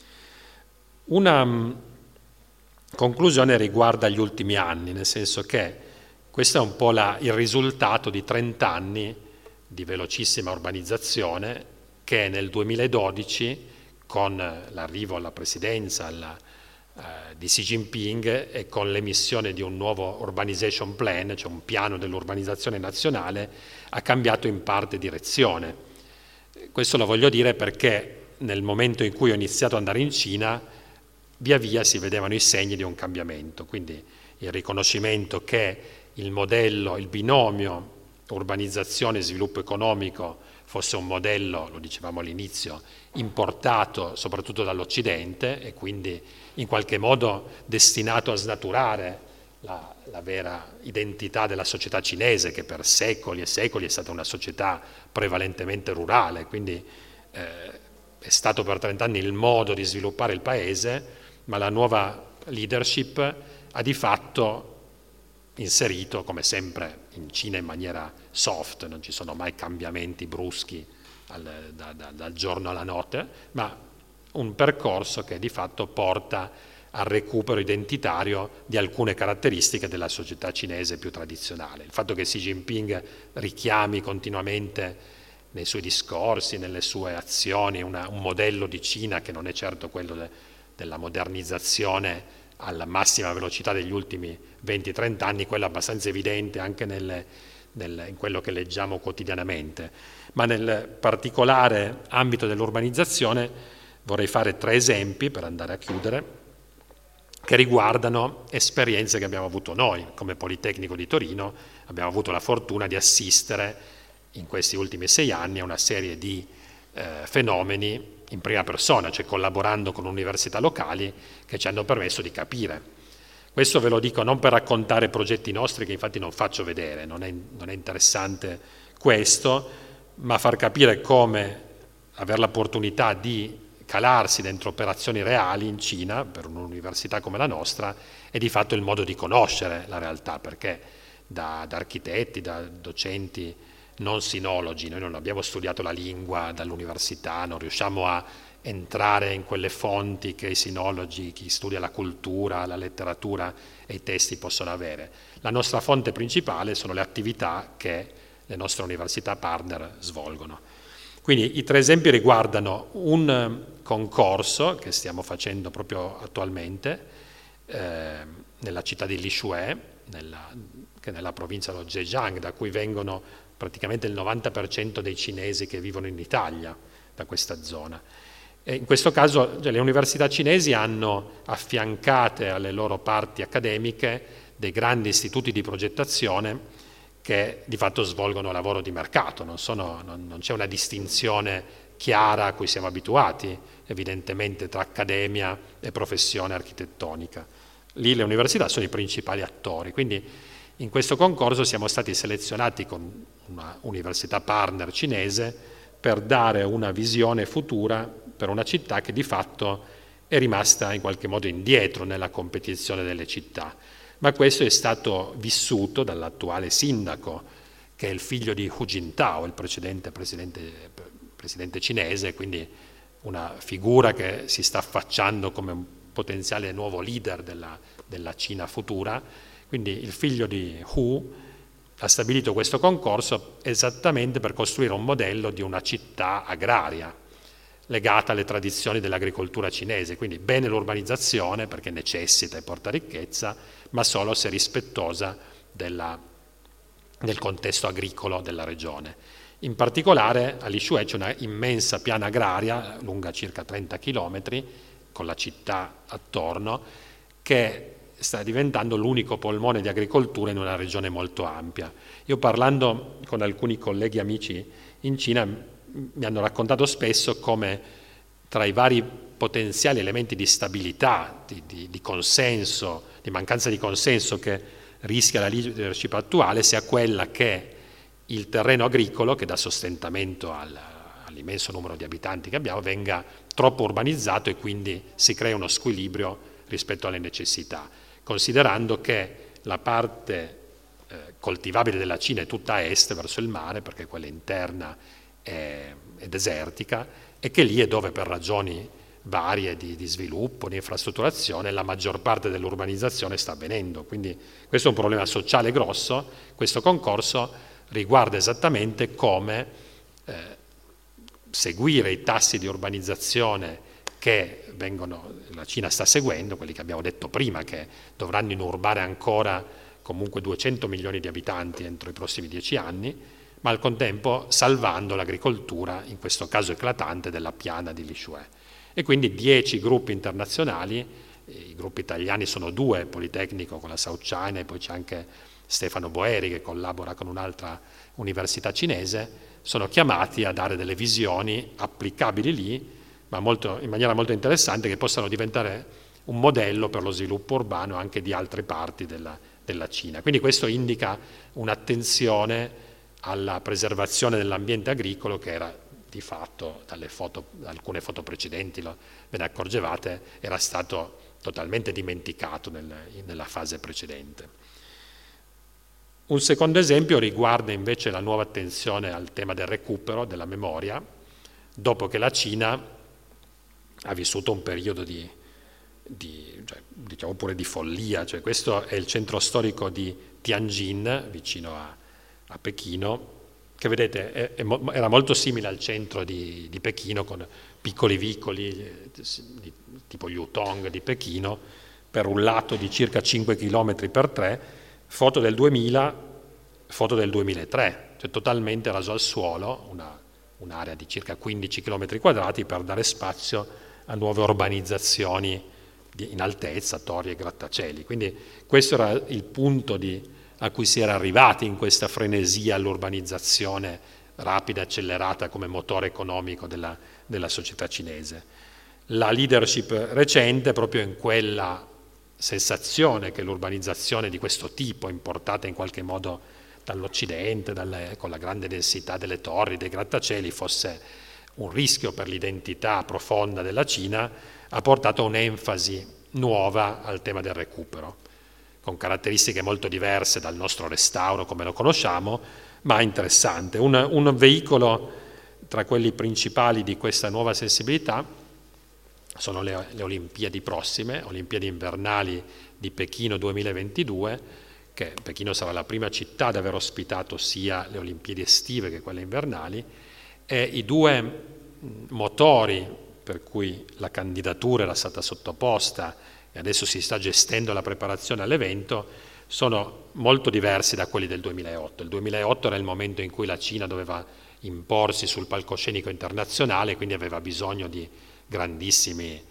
Una mh, conclusione riguarda gli ultimi anni, nel senso che questo è un po' la, il risultato di trenta anni di velocissima urbanizzazione che nel duemiladodici, con l'arrivo alla presidenza alla, eh, di Xi Jinping e con l'emissione di un nuovo urbanization plan, cioè un piano dell'urbanizzazione nazionale, ha cambiato in parte direzione. Questo lo voglio dire perché nel momento in cui ho iniziato ad andare in Cina, via via si vedevano i segni di un cambiamento, quindi il riconoscimento che il modello, il binomio urbanizzazione e sviluppo economico fosse un modello, lo dicevamo all'inizio, importato soprattutto dall'Occidente e quindi in qualche modo destinato a snaturare la, la vera identità della società cinese, che per secoli e secoli è stata una società prevalentemente rurale, quindi eh, è stato per trent'anni il modo di sviluppare il paese, ma la nuova leadership ha di fatto inserito, come sempre in Cina in maniera soft, non ci sono mai cambiamenti bruschi al, da, da, dal giorno alla notte, ma un percorso che di fatto porta al recupero identitario di alcune caratteristiche della società cinese più tradizionale. Il fatto che Xi Jinping richiami continuamente nei suoi discorsi, nelle sue azioni, una, un modello di Cina che non è certo quello de, della modernizzazione alla massima velocità degli ultimi venti trenta anni, quello è abbastanza evidente anche nelle, nel, in quello che leggiamo quotidianamente. Ma nel particolare ambito dell'urbanizzazione vorrei fare tre esempi per andare a chiudere, che riguardano esperienze che abbiamo avuto noi. Come Politecnico di Torino abbiamo avuto la fortuna di assistere in questi ultimi sei anni a una serie di eh, fenomeni in prima persona, cioè collaborando con università locali che ci hanno permesso di capire. Questo ve lo dico non per raccontare progetti nostri, che infatti non faccio vedere, non è, non è interessante questo, ma far capire come avere l'opportunità di calarsi dentro operazioni reali in Cina, per un'università come la nostra, è di fatto il modo di conoscere la realtà, perché da, da architetti, da docenti non sinologi, noi non abbiamo studiato la lingua dall'università, non riusciamo a entrare in quelle fonti che i sinologi, chi studia la cultura, la letteratura e i testi possono avere. La nostra fonte principale sono le attività che le nostre università partner svolgono. Quindi i tre esempi riguardano un concorso che stiamo facendo proprio attualmente eh, nella città di Lixue, nella, che è nella provincia dello Zhejiang, da cui vengono praticamente il novanta per cento dei cinesi che vivono in Italia, da questa zona. E in questo caso cioè, le università cinesi hanno affiancate alle loro parti accademiche dei grandi istituti di progettazione che di fatto svolgono lavoro di mercato, non, sono, non, non c'è una distinzione chiara a cui siamo abituati evidentemente tra accademia e professione architettonica. Lì le università sono i principali attori, quindi in questo concorso siamo stati selezionati con una università partner cinese per dare una visione futura per una città che di fatto è rimasta in qualche modo indietro nella competizione delle città. Ma questo è stato vissuto dall'attuale sindaco, che è il figlio di Hu Jintao, il precedente presidente, presidente cinese, quindi una figura che si sta affacciando come un potenziale nuovo leader della, della Cina futura. Quindi il figlio di Hu ha stabilito questo concorso esattamente per costruire un modello di una città agraria, legata alle tradizioni dell'agricoltura cinese, quindi bene l'urbanizzazione perché necessita e porta ricchezza, ma solo se rispettosa della, del contesto agricolo della regione. In particolare a Lishuè c'è una immensa piana agraria lunga circa trenta chilometri, con la città attorno, che sta diventando l'unico polmone di agricoltura in una regione molto ampia. Io parlando con alcuni colleghi amici in Cina mi hanno raccontato spesso come tra i vari potenziali elementi di stabilità, di, di, di consenso, di mancanza di consenso che rischia la leadership attuale sia quella che il terreno agricolo, che dà sostentamento al, all'immenso numero di abitanti che abbiamo, venga troppo urbanizzato e quindi si crea uno squilibrio rispetto alle necessità, considerando che la parte eh, coltivabile della Cina è tutta a est, verso il mare, perché quella interna è, è desertica, e che lì è dove per ragioni varie di, di sviluppo, di infrastrutturazione, la maggior parte dell'urbanizzazione sta avvenendo. Quindi questo è un problema sociale grosso. Questo concorso riguarda esattamente come eh, seguire i tassi di urbanizzazione che vengono, la Cina sta seguendo, quelli che abbiamo detto prima, che dovranno inurbare ancora comunque duecento milioni di abitanti entro i prossimi dieci anni, ma al contempo salvando l'agricoltura, in questo caso eclatante, della piana di Lishuè. E quindi dieci gruppi internazionali, i gruppi italiani sono due, Politecnico con la South China e poi c'è anche Stefano Boeri che collabora con un'altra università cinese, sono chiamati a dare delle visioni applicabili lì, ma molto, in maniera molto interessante, che possano diventare un modello per lo sviluppo urbano anche di altre parti della, della Cina. Quindi questo indica un'attenzione alla preservazione dell'ambiente agricolo che era di fatto, dalle foto, da alcune foto precedenti, lo, ve ne accorgevate, era stato totalmente dimenticato nel, nella fase precedente. Un secondo esempio riguarda invece la nuova attenzione al tema del recupero, della memoria, dopo che la Cina ha vissuto un periodo di, di cioè, diciamo pure di follia. Cioè, questo è il centro storico di Tianjin, vicino a, a Pechino, che vedete è, è, era molto simile al centro di, di Pechino, con piccoli vicoli eh, di, tipo Yutong di Pechino, per un lato di circa cinque chilometri per tre, foto del duemila, foto del duemilatré, cioè totalmente raso al suolo, una, un'area di circa quindici chilometri quadrati per dare spazio a nuove urbanizzazioni di, in altezza, torri e grattacieli. Quindi questo era il punto di, a cui si era arrivati in questa frenesia all'urbanizzazione rapida e accelerata come motore economico della, della società cinese. La leadership recente, proprio in quella sensazione che l'urbanizzazione di questo tipo, importata in qualche modo dall'Occidente, dalle, con la grande densità delle torri, dei grattacieli, fosse un rischio per l'identità profonda della Cina, ha portato a un'enfasi nuova al tema del recupero, con caratteristiche molto diverse dal nostro restauro come lo conosciamo, ma interessante. Un, un veicolo tra quelli principali di questa nuova sensibilità sono le, le Olimpiadi prossime, Olimpiadi invernali di Pechino duemilaventidue, che Pechino sarà la prima città ad aver ospitato sia le Olimpiadi estive che quelle invernali, e i due motori per cui la candidatura era stata sottoposta e adesso si sta gestendo la preparazione all'evento sono molto diversi da quelli del duemilaotto. Il duemilaotto era il momento in cui la Cina doveva imporsi sul palcoscenico internazionale, quindi aveva bisogno di grandissimi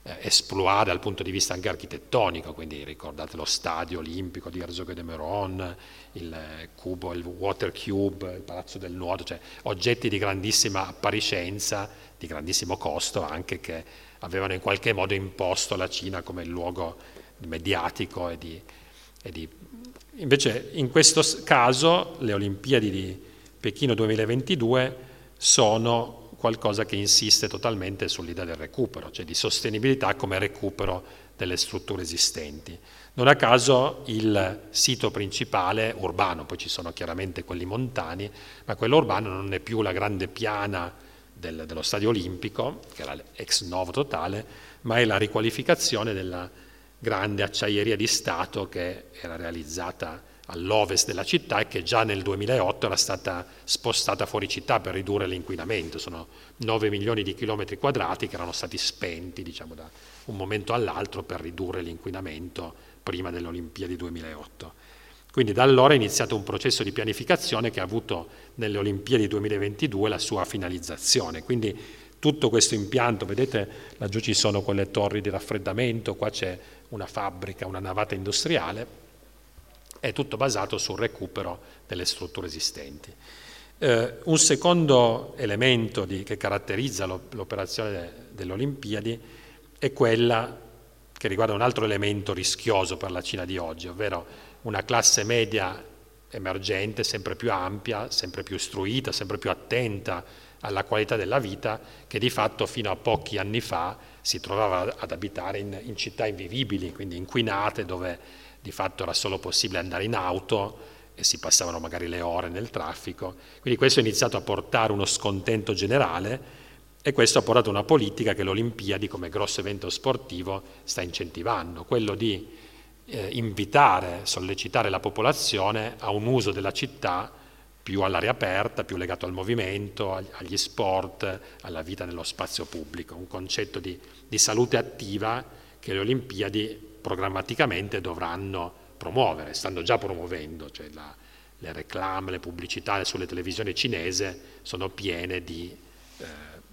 eh, esploit dal punto di vista anche architettonico, quindi ricordate lo stadio olimpico di Herzog de Meuron, il cubo, il water cube, il palazzo del nuoto, cioè oggetti di grandissima appariscenza, di grandissimo costo anche, che avevano in qualche modo imposto la Cina come il luogo mediatico e di, e di... Invece in questo caso le Olimpiadi di Pechino duemilaventidue sono qualcosa che insiste totalmente sull'idea del recupero, cioè di sostenibilità come recupero delle strutture esistenti. Non a caso il sito principale urbano, poi ci sono chiaramente quelli montani, ma quello urbano non è più la grande piana del, dello stadio olimpico, che era l'ex novo totale, ma è la riqualificazione della grande acciaieria di Stato che era realizzata all'ovest della città e che già nel duemilaotto era stata spostata fuori città per ridurre l'inquinamento. Sono nove milioni di chilometri quadrati che erano stati spenti, diciamo, da un momento all'altro per ridurre l'inquinamento prima delle Olimpiadi duemilaotto. Quindi da allora è iniziato un processo di pianificazione che ha avuto nelle Olimpiadi duemilaventidue la sua finalizzazione. Quindi tutto questo impianto, vedete laggiù ci sono quelle torri di raffreddamento, qua c'è una fabbrica, una navata industriale, è tutto basato sul recupero delle strutture esistenti. Eh, un secondo elemento di, che caratterizza l'operazione de, delle Olimpiadi è quella che riguarda un altro elemento rischioso per la Cina di oggi, ovvero una classe media emergente, sempre più ampia, sempre più istruita, sempre più attenta alla qualità della vita, che di fatto fino a pochi anni fa si trovava ad abitare in, in città invivibili, quindi inquinate, dove di fatto era solo possibile andare in auto e si passavano magari le ore nel traffico. Quindi questo ha iniziato a portare uno scontento generale e questo ha portato una politica che le Olimpiadi come grosso evento sportivo sta incentivando, quello di eh, invitare, sollecitare la popolazione a un uso della città più all'aria aperta, più legato al movimento, agli sport, alla vita nello spazio pubblico, un concetto di, di salute attiva che le Olimpiadi programmaticamente dovranno promuovere, stanno già promuovendo, cioè la, le reclame, le pubblicità sulle televisioni cinese sono piene di eh,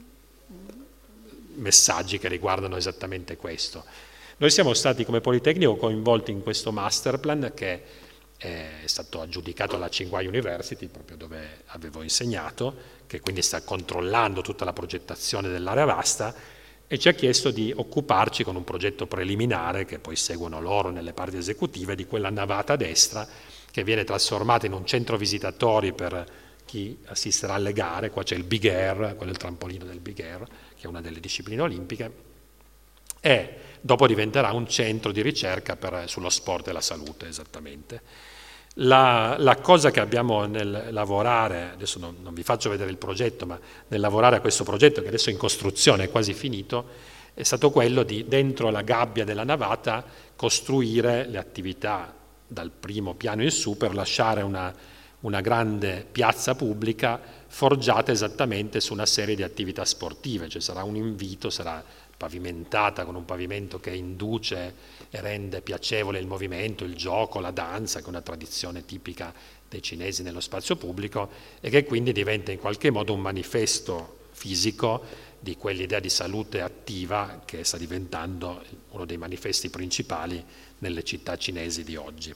messaggi che riguardano esattamente questo. Noi siamo stati come Politecnico coinvolti in questo masterplan che è stato aggiudicato alla Tsinghua University, proprio dove avevo insegnato, che quindi sta controllando tutta la progettazione dell'area vasta, e ci ha chiesto di occuparci con un progetto preliminare, che poi seguono loro nelle parti esecutive, di quella navata a destra che viene trasformata in un centro visitatori per chi assisterà alle gare. Qua c'è il Big Air, quello è il trampolino del Big Air, che è una delle discipline olimpiche, e dopo diventerà un centro di ricerca per, sullo sport e la salute, esattamente. La, la cosa che abbiamo nel lavorare, adesso non, non vi faccio vedere il progetto, ma nel lavorare a questo progetto che adesso è in costruzione, è quasi finito, è stato quello di dentro la gabbia della navata costruire le attività dal primo piano in su per lasciare una, una grande piazza pubblica forgiata esattamente su una serie di attività sportive, cioè sarà un invito, sarà pavimentata con un pavimento che induce e rende piacevole il movimento, il gioco, la danza, che è una tradizione tipica dei cinesi nello spazio pubblico e che quindi diventa in qualche modo un manifesto fisico di quell'idea di salute attiva che sta diventando uno dei manifesti principali nelle città cinesi di oggi.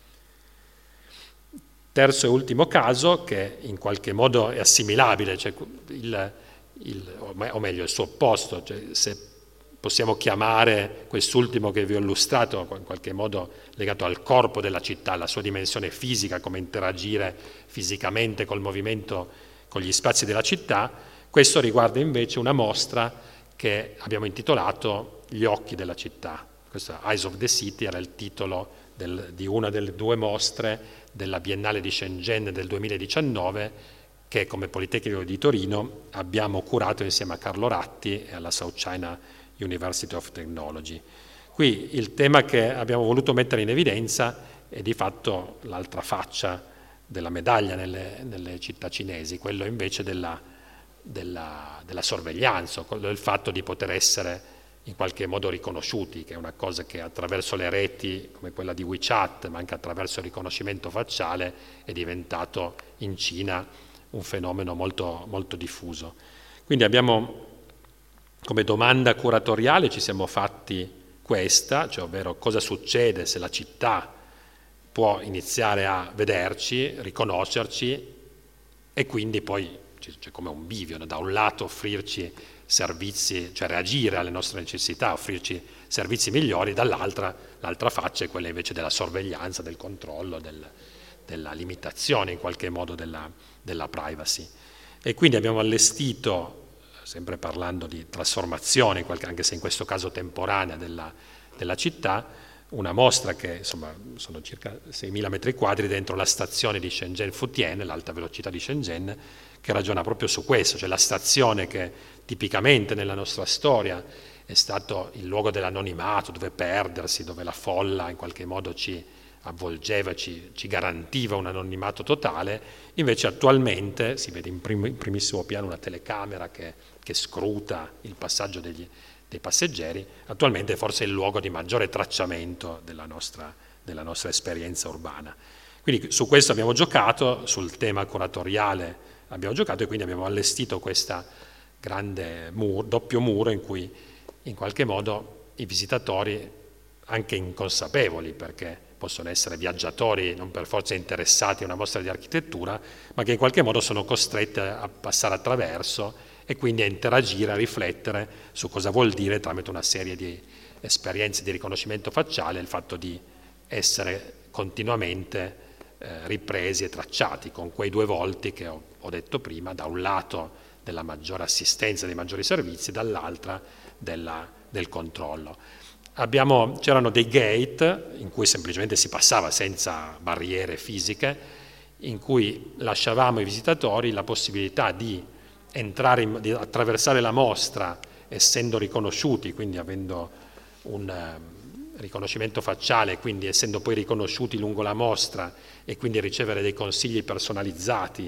Terzo e ultimo caso, che in qualche modo è assimilabile, cioè il, il, o meglio il suo opposto, cioè se possiamo chiamare quest'ultimo che vi ho illustrato in qualche modo legato al corpo della città, alla sua dimensione fisica, come interagire fisicamente col movimento, con gli spazi della città. Questo riguarda invece una mostra che abbiamo intitolato Gli occhi della città. Questo Eyes of the City era il titolo del, di una delle due mostre della Biennale di Shenzhen del duemiladiciannove che come Politecnico di Torino abbiamo curato insieme a Carlo Ratti e alla South China University of Technology. Qui il tema che abbiamo voluto mettere in evidenza è di fatto l'altra faccia della medaglia nelle, nelle città cinesi, quello invece della, della, della sorveglianza, quello del fatto di poter essere in qualche modo riconosciuti, che è una cosa che attraverso le reti come quella di WeChat, ma anche attraverso il riconoscimento facciale, è diventato in Cina un fenomeno molto, molto diffuso. Quindi abbiamo come domanda curatoriale ci siamo fatti questa, cioè ovvero cosa succede se la città può iniziare a vederci, riconoscerci e quindi poi c'è come un bivio, no? Da un lato offrirci servizi, cioè reagire alle nostre necessità, offrirci servizi migliori, dall'altra l'altra faccia è quella invece della sorveglianza, del controllo, del, della limitazione in qualche modo della, della privacy. E quindi abbiamo allestito, sempre parlando di trasformazione, anche se in questo caso temporanea, della, della città, una mostra che insomma sono circa seimila metri quadri dentro la stazione di Shenzhen-Futian, l'alta velocità di Shenzhen, che ragiona proprio su questo, cioè la stazione che tipicamente nella nostra storia è stato il luogo dell'anonimato, dove perdersi, dove la folla in qualche modo ci avvolgeva, ci, ci garantiva un anonimato totale, invece attualmente si vede in, prim, in primissimo piano una telecamera che, che scruta il passaggio degli, dei passeggeri, attualmente forse è il luogo di maggiore tracciamento della nostra, della nostra esperienza urbana. Quindi su questo abbiamo giocato, sul tema curatoriale abbiamo giocato e quindi abbiamo allestito questa grande muro, doppio muro in cui in qualche modo i visitatori, anche inconsapevoli, perché possono essere viaggiatori non per forza interessati a una mostra di architettura, ma che in qualche modo sono costretti a passare attraverso e quindi a interagire, a riflettere su cosa vuol dire, tramite una serie di esperienze di riconoscimento facciale, il fatto di essere continuamente eh, ripresi e tracciati con quei due volti che ho, ho detto prima, da un lato della maggiore assistenza, dei maggiori servizi, dall'altra della, del controllo. Abbiamo, c'erano dei gate in cui semplicemente si passava senza barriere fisiche, in cui lasciavamo ai visitatori la possibilità di entrare, in, di attraversare la mostra essendo riconosciuti, quindi avendo un eh, riconoscimento facciale, quindi essendo poi riconosciuti lungo la mostra e quindi ricevere dei consigli personalizzati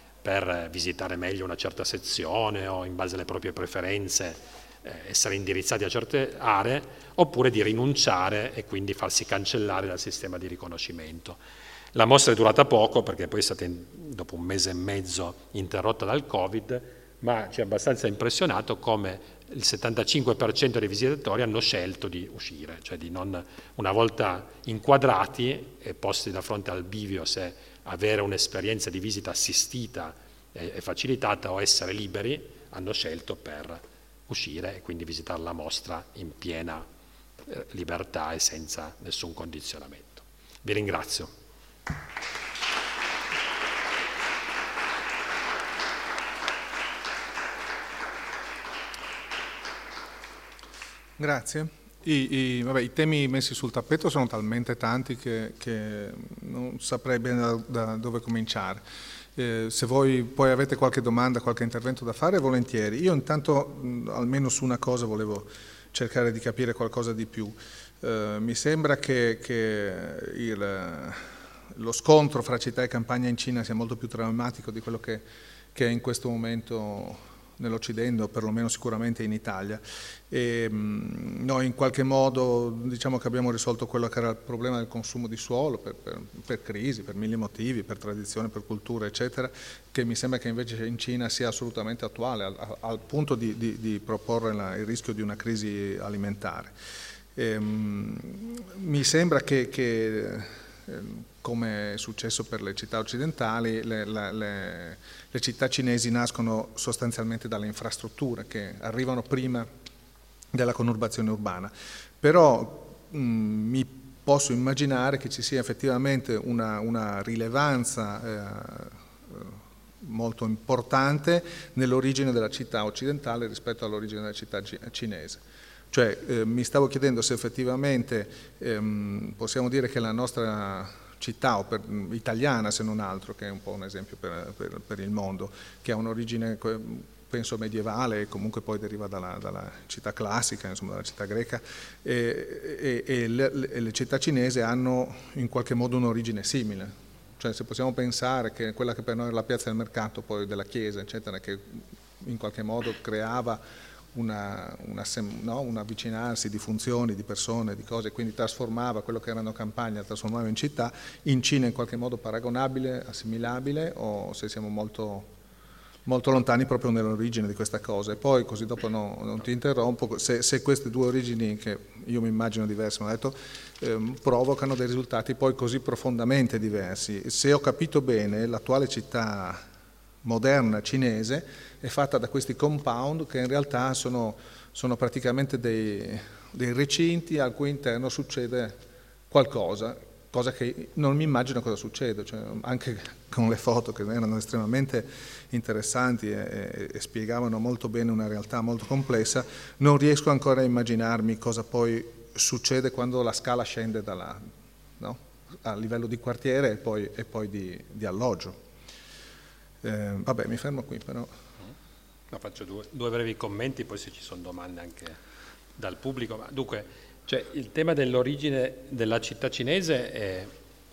per visitare meglio una certa sezione o in base alle proprie preferenze essere indirizzati a certe aree, oppure di rinunciare e quindi farsi cancellare dal sistema di riconoscimento. La mostra è durata poco perché poi è stata in, dopo un mese e mezzo interrotta dal Covid, ma ci ha abbastanza impressionato come il settantacinque per cento dei visitatori hanno scelto di uscire, cioè di non, una volta inquadrati e posti da fronte al bivio se avere un'esperienza di visita assistita e, e facilitata o essere liberi, hanno scelto per uscire e quindi visitare la mostra in piena eh, libertà e senza nessun condizionamento. Vi ringrazio. Grazie. I, i, vabbè, i temi messi sul tappeto sono talmente tanti che, che non saprei bene da, da dove cominciare. Eh, se voi poi avete qualche domanda, qualche intervento da fare, volentieri. Io intanto mh, almeno su una cosa volevo cercare di capire qualcosa di più. Eh, mi sembra che, che il, lo scontro fra città e campagna in Cina sia molto più drammatico di quello che, che è in questo momento nell'Occidente, o perlomeno sicuramente in Italia. E, mh, noi in qualche modo diciamo che abbiamo risolto quello che era il problema del consumo di suolo per, per, per crisi, per mille motivi, per tradizione, per cultura, eccetera, che mi sembra che invece in Cina sia assolutamente attuale, al, al punto di, di, di proporre la, il rischio di una crisi alimentare. E, mh, mi sembra che, che come è successo per le città occidentali, le, le, le, le città cinesi nascono sostanzialmente dalle infrastrutture che arrivano prima della conurbazione urbana. Però mh, mi posso immaginare che ci sia effettivamente una, una rilevanza eh, molto importante nell'origine della città occidentale rispetto all'origine della città cinese. Cioè eh, mi stavo chiedendo se effettivamente ehm, possiamo dire che la nostra città, o per, italiana se non altro, che è un po' un esempio per, per, per il mondo, che ha un'origine penso medievale e comunque poi deriva dalla, dalla città classica, insomma dalla città greca, e, e, e le, le città cinesi hanno in qualche modo un'origine simile. Cioè se possiamo pensare che quella che per noi è la piazza del mercato, poi della chiesa, eccetera, che in qualche modo creava Una, una, no, un avvicinarsi di funzioni, di persone, di cose, quindi trasformava quello che erano campagne, trasformava in città, in Cina in qualche modo paragonabile, assimilabile, o se siamo molto molto lontani proprio nell'origine di questa cosa. E poi, così dopo no, non ti interrompo, se, se queste due origini, che io mi immagino diverse, ma ho detto, ehm, provocano dei risultati poi così profondamente diversi. Se ho capito bene, l'attuale città moderna cinese è fatta da questi compound che in realtà sono, sono praticamente dei, dei recinti al cui interno succede qualcosa, cosa che non mi immagino cosa succede, cioè, anche con le foto che erano estremamente interessanti e, e spiegavano molto bene una realtà molto complessa, non riesco ancora a immaginarmi cosa poi succede quando la scala scende dalla, no? a livello di quartiere e poi, e poi di, di alloggio. Eh, vabbè, mi fermo qui però. No, faccio due, due brevi commenti, poi se ci sono domande anche dal pubblico. Ma dunque, cioè, il tema dell'origine della città cinese è,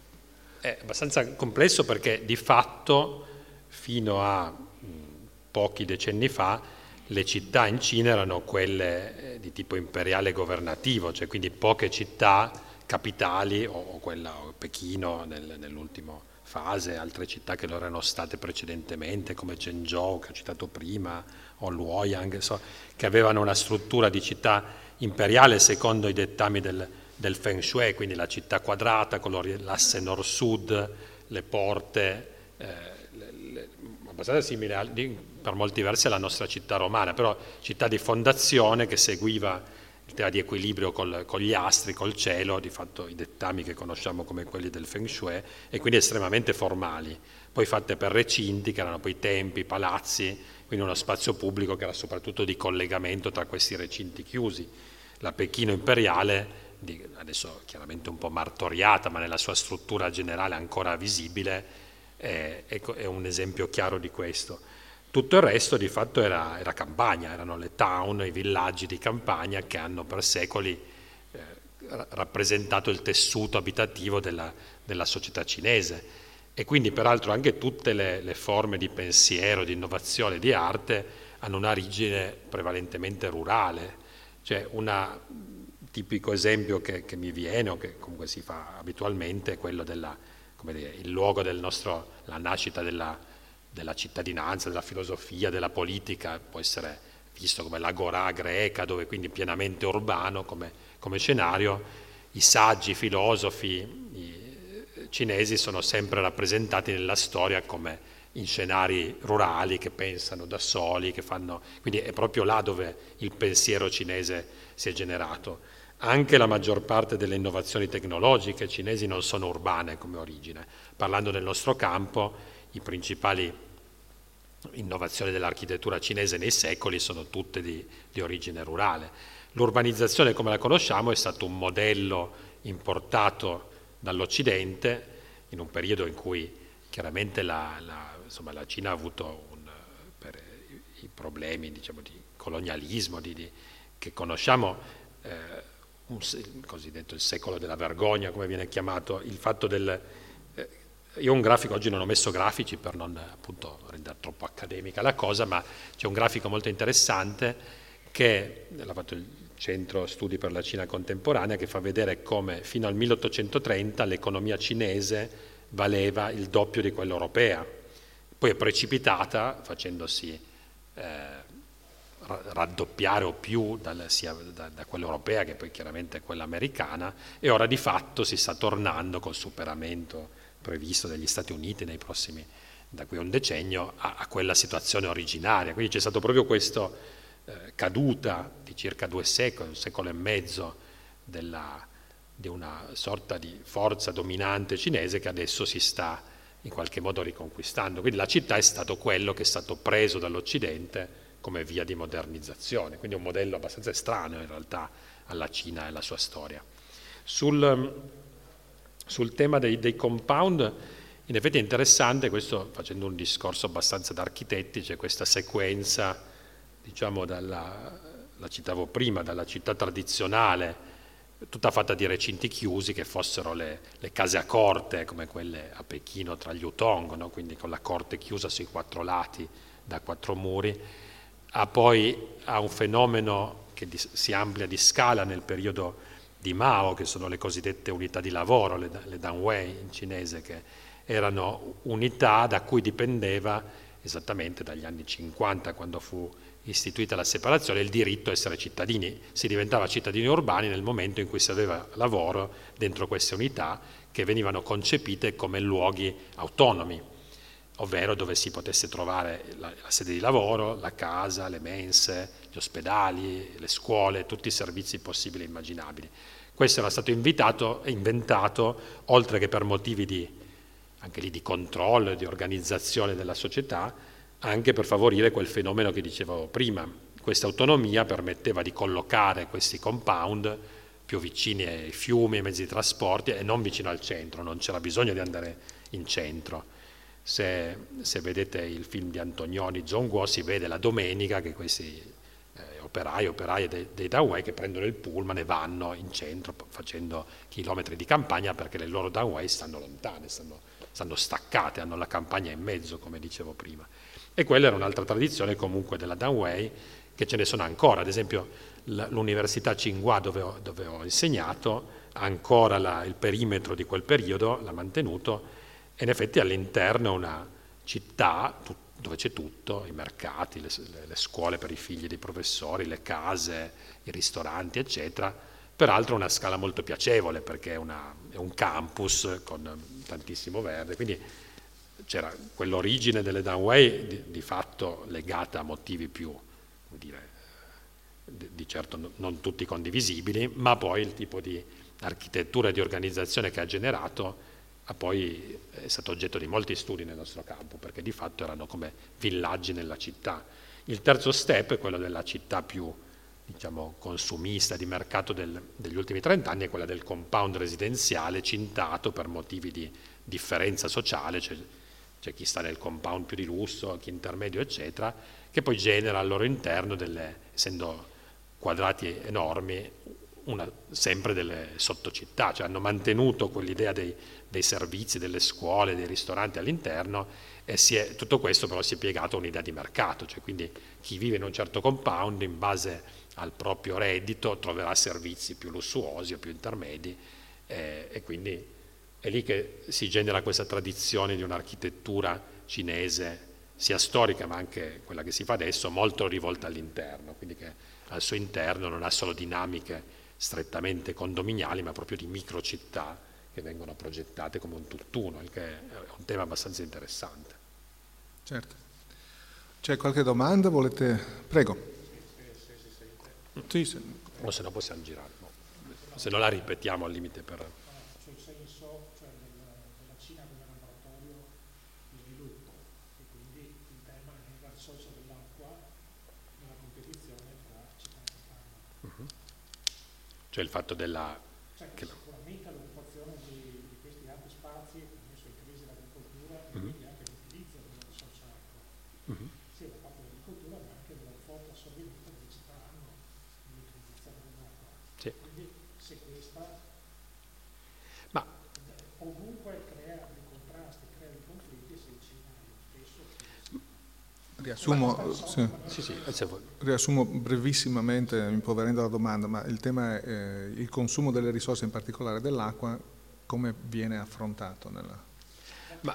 è abbastanza complesso, perché di fatto fino a mh, pochi decenni fa le città in Cina erano quelle eh, di tipo imperiale governativo, cioè quindi poche città capitali, o, o quella o Pechino nel, nell'ultimo fase, altre città che lo erano state precedentemente come Zhengzhou, che ho citato prima, o Luoyang, so, che avevano una struttura di città imperiale secondo i dettami del, del Feng Shui, quindi la città quadrata con l'asse nord-sud, le porte, eh, le, le, abbastanza simile a, di, per molti versi alla nostra città romana, però città di fondazione che seguiva il tema di equilibrio col, con gli astri, col cielo, di fatto i dettami che conosciamo come quelli del Feng Shui, e quindi estremamente formali, poi fatte per recinti che erano poi templi, palazzi, quindi uno spazio pubblico che era soprattutto di collegamento tra questi recinti chiusi. La Pechino imperiale, di, adesso chiaramente un po' martoriata, ma nella sua struttura generale ancora visibile, è, è, è un esempio chiaro di questo. Tutto il resto di fatto era, era campagna, erano le town, i villaggi di campagna che hanno per secoli eh, rappresentato il tessuto abitativo della, della società cinese, e quindi peraltro anche tutte le, le forme di pensiero, di innovazione, di arte hanno un'origine prevalentemente rurale. Cioè un tipico esempio che, che mi viene, o che comunque si fa abitualmente, è quello del luogo del nostro, la nascita della della cittadinanza, della filosofia, della politica, può essere visto come l'agorà greca, dove quindi pienamente urbano come, come scenario. I saggi, i filosofi i cinesi sono sempre rappresentati nella storia come in scenari rurali, che pensano da soli, che fanno, quindi è proprio là dove il pensiero cinese si è generato. Anche la maggior parte delle innovazioni tecnologiche cinesi non sono urbane come origine. Parlando del nostro campo, i principali innovazioni dell'architettura cinese nei secoli sono tutte di, di origine rurale. L'urbanizzazione come la conosciamo è stato un modello importato dall'Occidente in un periodo in cui chiaramente la, la, insomma, la Cina ha avuto un, per i problemi, diciamo, di colonialismo di, di, che conosciamo, eh, un, il cosiddetto il secolo della vergogna, come viene chiamato, il fatto del... Io ho un grafico, oggi non ho messo grafici per non appunto rendere troppo accademica la cosa, ma c'è un grafico molto interessante che l'ha fatto il Centro Studi per la Cina Contemporanea, che fa vedere come fino al milleottocentotrenta l'economia cinese valeva il doppio di quella europea, poi è precipitata facendosi eh, raddoppiare o più dal, sia da, da quella europea che poi chiaramente quella americana, e ora di fatto si sta tornando col superamento previsto dagli Stati Uniti nei prossimi, da qui a un decennio, a, a quella situazione originaria. Quindi c'è stato proprio questa eh, caduta di circa due secoli, un secolo e mezzo della, di una sorta di forza dominante cinese che adesso si sta in qualche modo riconquistando. Quindi la città è stato quello che è stato preso dall'Occidente come via di modernizzazione, quindi un modello abbastanza estraneo in realtà alla Cina e alla sua storia. Sul, sul tema dei, dei compound, in effetti è interessante, questo facendo un discorso abbastanza da architetti, c'è questa sequenza, diciamo, dalla, la citavo prima, dalla città tradizionale, tutta fatta di recinti chiusi che fossero le, le case a corte, come quelle a Pechino tra gli Hutong, no? Quindi con la corte chiusa sui quattro lati da quattro muri, ha poi ha un fenomeno che di, si amplia di scala nel periodo di Mao, che sono le cosiddette unità di lavoro, le, le danwei in cinese, che erano unità da cui dipendeva esattamente dagli anni cinquanta, quando fu istituita la separazione, il diritto a essere cittadini. Si diventava cittadini urbani nel momento in cui si aveva lavoro dentro queste unità che venivano concepite come luoghi autonomi, ovvero dove si potesse trovare la, la sede di lavoro, la casa, le mense, gli ospedali, le scuole, tutti i servizi possibili e immaginabili. Questo era stato invitato, inventato, oltre che per motivi di, anche lì di controllo e di organizzazione della società, anche per favorire quel fenomeno che dicevo prima. Questa autonomia permetteva di collocare questi compound più vicini ai fiumi, ai mezzi di trasporto e non vicino al centro, non c'era bisogno di andare in centro. Se, se vedete il film di Antonioni, Zonguo, si vede la domenica che questi eh, operai, operai dei, dei Danwei che prendono il pullman e vanno in centro facendo chilometri di campagna perché le loro Danwei stanno lontane, stanno, stanno staccate, hanno la campagna in mezzo, come dicevo prima. E quella era un'altra tradizione comunque della Danwei, che ce ne sono ancora. Ad esempio l'Università Tsinghua, dove ho, dove ho insegnato, ha ancora la, il perimetro di quel periodo, l'ha mantenuto, e in effetti all'interno è una città tu, dove c'è tutto, i mercati, le, le scuole per i figli dei professori, le case, i ristoranti, eccetera. Peraltro una scala molto piacevole, perché è, una, è un campus con tantissimo verde, quindi c'era quell'origine delle Danwei di, di fatto legata a motivi più, come dire, di, di certo non tutti condivisibili, ma poi il tipo di architettura e di organizzazione che ha generato ha poi è stato oggetto di molti studi nel nostro campo, perché di fatto erano come villaggi nella città. Il terzo step è quello della città più, diciamo, consumista, di mercato del, degli ultimi trent'anni, è quella del compound residenziale cintato per motivi di differenza sociale, cioè c'è chi sta nel compound più di lusso, chi intermedio, eccetera, che poi genera al loro interno, delle, essendo quadrati enormi, una, sempre delle sottocittà, cioè hanno mantenuto quell'idea dei, dei servizi, delle scuole, dei ristoranti all'interno, e si è, tutto questo però si è piegato a un'idea di mercato, cioè quindi chi vive in un certo compound in base al proprio reddito troverà servizi più lussuosi o più intermedi, eh, e quindi è lì che si genera questa tradizione di un'architettura cinese, sia storica ma anche quella che si fa adesso, molto rivolta all'interno, quindi che al suo interno non ha solo dinamiche strettamente condominiali, ma proprio di microcittà che vengono progettate come un tutt'uno, il che è un tema abbastanza interessante. Certo. C'è qualche domanda? Volete? Prego. Sì, sì. O se no possiamo girare, no. Se no la ripetiamo al limite per... Cioè il fatto della... Cioè, che sicuramente l'occupazione di, di questi ampi spazi, messo in crisi l'agricoltura, e mm-hmm. quindi anche l'utilizzo della risorsa acqua, mm-hmm. sia da parte dell'agricoltura ma anche della forte assorbimento che le città hanno nell'utilizzazione dell'acqua. Sì. Quindi se questa ma ovunque crea dei contrasti, crea dei conflitti, si vicina spesso. Riassumo, sì. Sì, sì, se Riassumo brevissimamente, impoverendo la domanda, ma il tema è eh, il consumo delle risorse, in particolare dell'acqua, come viene affrontato nella... Ma...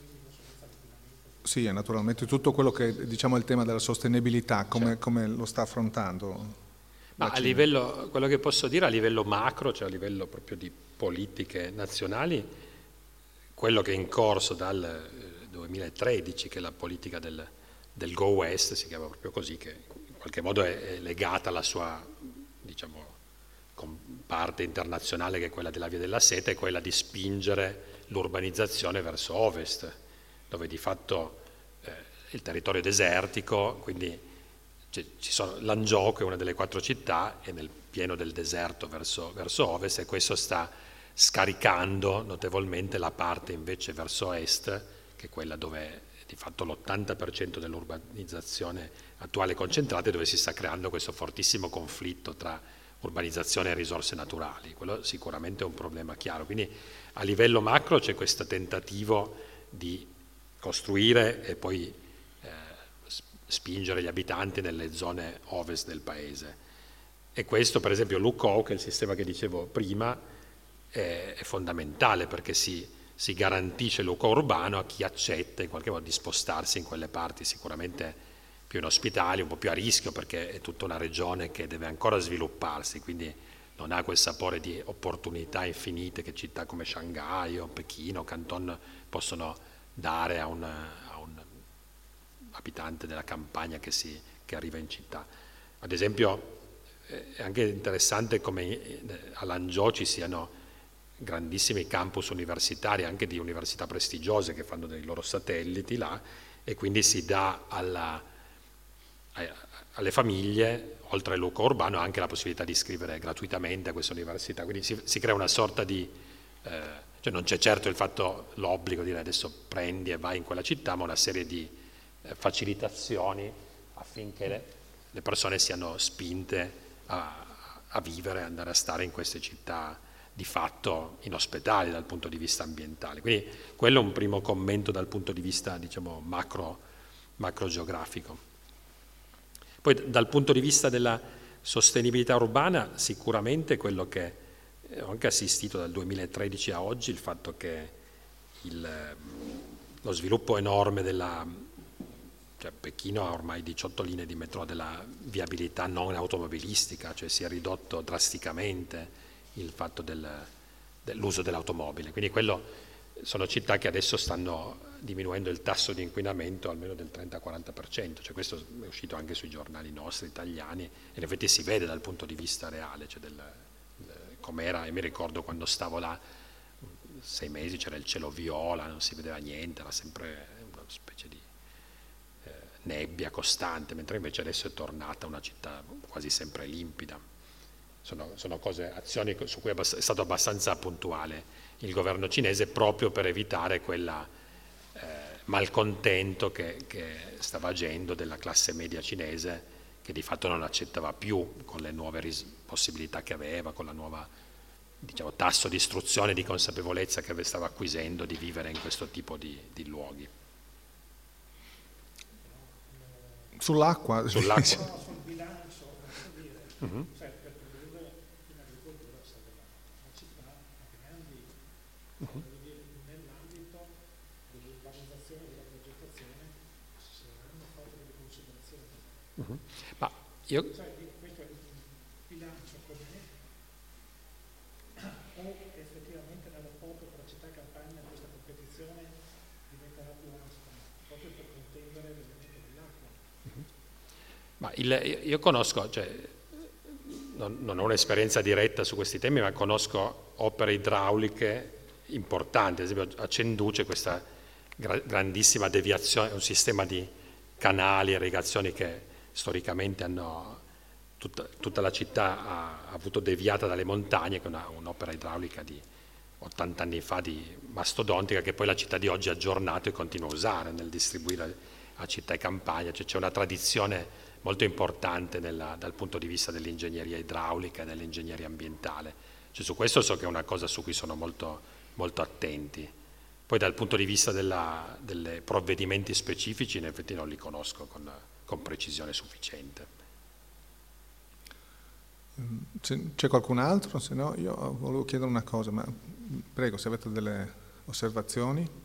Sì, naturalmente tutto quello che diciamo è il tema della sostenibilità, come, certo. come lo sta affrontando? Ma a livello, quello che posso dire a livello macro, cioè a livello proprio di politiche nazionali, quello che è in corso dal duemilatredici, che è la politica del del Go West, si chiama proprio così, che in qualche modo è legata alla sua, diciamo, parte internazionale, che è quella della Via della Seta, è quella di spingere l'urbanizzazione verso ovest, dove di fatto eh, il territorio è desertico, quindi ci sono, Lanzhou, che è una delle quattro città, è nel pieno del deserto verso, verso ovest, e questo sta scaricando notevolmente la parte invece verso est, che è quella dove di fatto l'ottanta per cento dell'urbanizzazione attuale è concentrata, e dove si sta creando questo fortissimo conflitto tra urbanizzazione e risorse naturali. Quello sicuramente è un problema chiaro. Quindi a livello macro c'è questo tentativo di costruire e poi eh, spingere gli abitanti nelle zone ovest del paese. E questo, per esempio, l'U C O, che è il sistema che dicevo prima, è, è fondamentale, perché si si garantisce il luogo urbano a chi accetta in qualche modo di spostarsi in quelle parti sicuramente più inospitali, un po' più a rischio, perché è tutta una regione che deve ancora svilupparsi, quindi non ha quel sapore di opportunità infinite che città come Shanghai o Pechino o Canton possono dare a un, a un abitante della campagna che, si, che arriva in città. Ad esempio è anche interessante come a Lanzhou ci siano grandissimi campus universitari, anche di università prestigiose che fanno dei loro satelliti là, e quindi si dà alla, alle famiglie, oltre al luogo urbano, anche la possibilità di iscrivere gratuitamente a queste università, quindi si, si crea una sorta di, eh, cioè non c'è certo il fatto, l'obbligo di dire adesso prendi e vai in quella città, ma una serie di eh, facilitazioni affinché le, le persone siano spinte a, a vivere, andare a stare in queste città di fatto inospitali dal punto di vista ambientale. Quindi quello è un primo commento dal punto di vista, diciamo, macro, macro geografico. Poi dal punto di vista della sostenibilità urbana, sicuramente quello che ho anche assistito dal duemilatredici a oggi, il fatto che il, lo sviluppo enorme della, cioè Pechino ha ormai diciotto linee di metro della viabilità non automobilistica, cioè si è ridotto drasticamente il fatto del, dell'uso dell'automobile, quindi quello sono città che adesso stanno diminuendo il tasso di inquinamento almeno del trenta quaranta per cento, cioè questo è uscito anche sui giornali nostri italiani e in effetti si vede dal punto di vista reale, cioè del, com'era, e mi ricordo quando stavo là sei mesi c'era il cielo viola, non si vedeva niente, era sempre una specie di eh, nebbia costante, mentre invece adesso è tornata una città quasi sempre limpida. Sono, sono cose, azioni su cui è stato abbastanza puntuale il governo cinese proprio per evitare quella eh, malcontento che, che stava agendo della classe media cinese, che di fatto non accettava più con le nuove ris- possibilità che aveva, con la nuova, diciamo, tasso di istruzione e di consapevolezza che stava acquisendo di vivere in questo tipo di, di luoghi. Sull'acqua? Sull'acqua. No, sul bilancio, posso dire, Uh-huh. cioè per produrre in agricoltura serve la città a grandi, Uh-huh. dire, nell'ambito dell'urbanizzazione e della progettazione si saranno fatte delle considerazioni. Uh-huh. Ma io... Cioè, questo è il bilancio com'è, o effettivamente nel rapporto tra città e campagna questa competizione diventerà più aspra, proprio per contendere l'elemento dell'acqua. Ma il, io conosco, cioè, non, non ho un'esperienza diretta su questi temi, ma conosco opere idrauliche importanti, ad esempio a Chengdu c'è questa gra- grandissima deviazione, un sistema di canali e irrigazioni che storicamente hanno tutta, tutta la città ha, ha avuto deviata dalle montagne, che è una, un'opera idraulica di ottanta anni fa, di mastodontica, che poi la città di oggi ha aggiornato e continua a usare nel distribuire a città e campagna, cioè c'è una tradizione molto importante nella, dal punto di vista dell'ingegneria idraulica e dell'ingegneria ambientale. Cioè, su questo so che è una cosa su cui sono molto, molto attenti. Poi dal punto di vista della, delle provvedimenti specifici in effetti non li conosco con, con precisione sufficiente. C'è qualcun altro? Se no io volevo chiedere una cosa, ma prego, se avete delle osservazioni.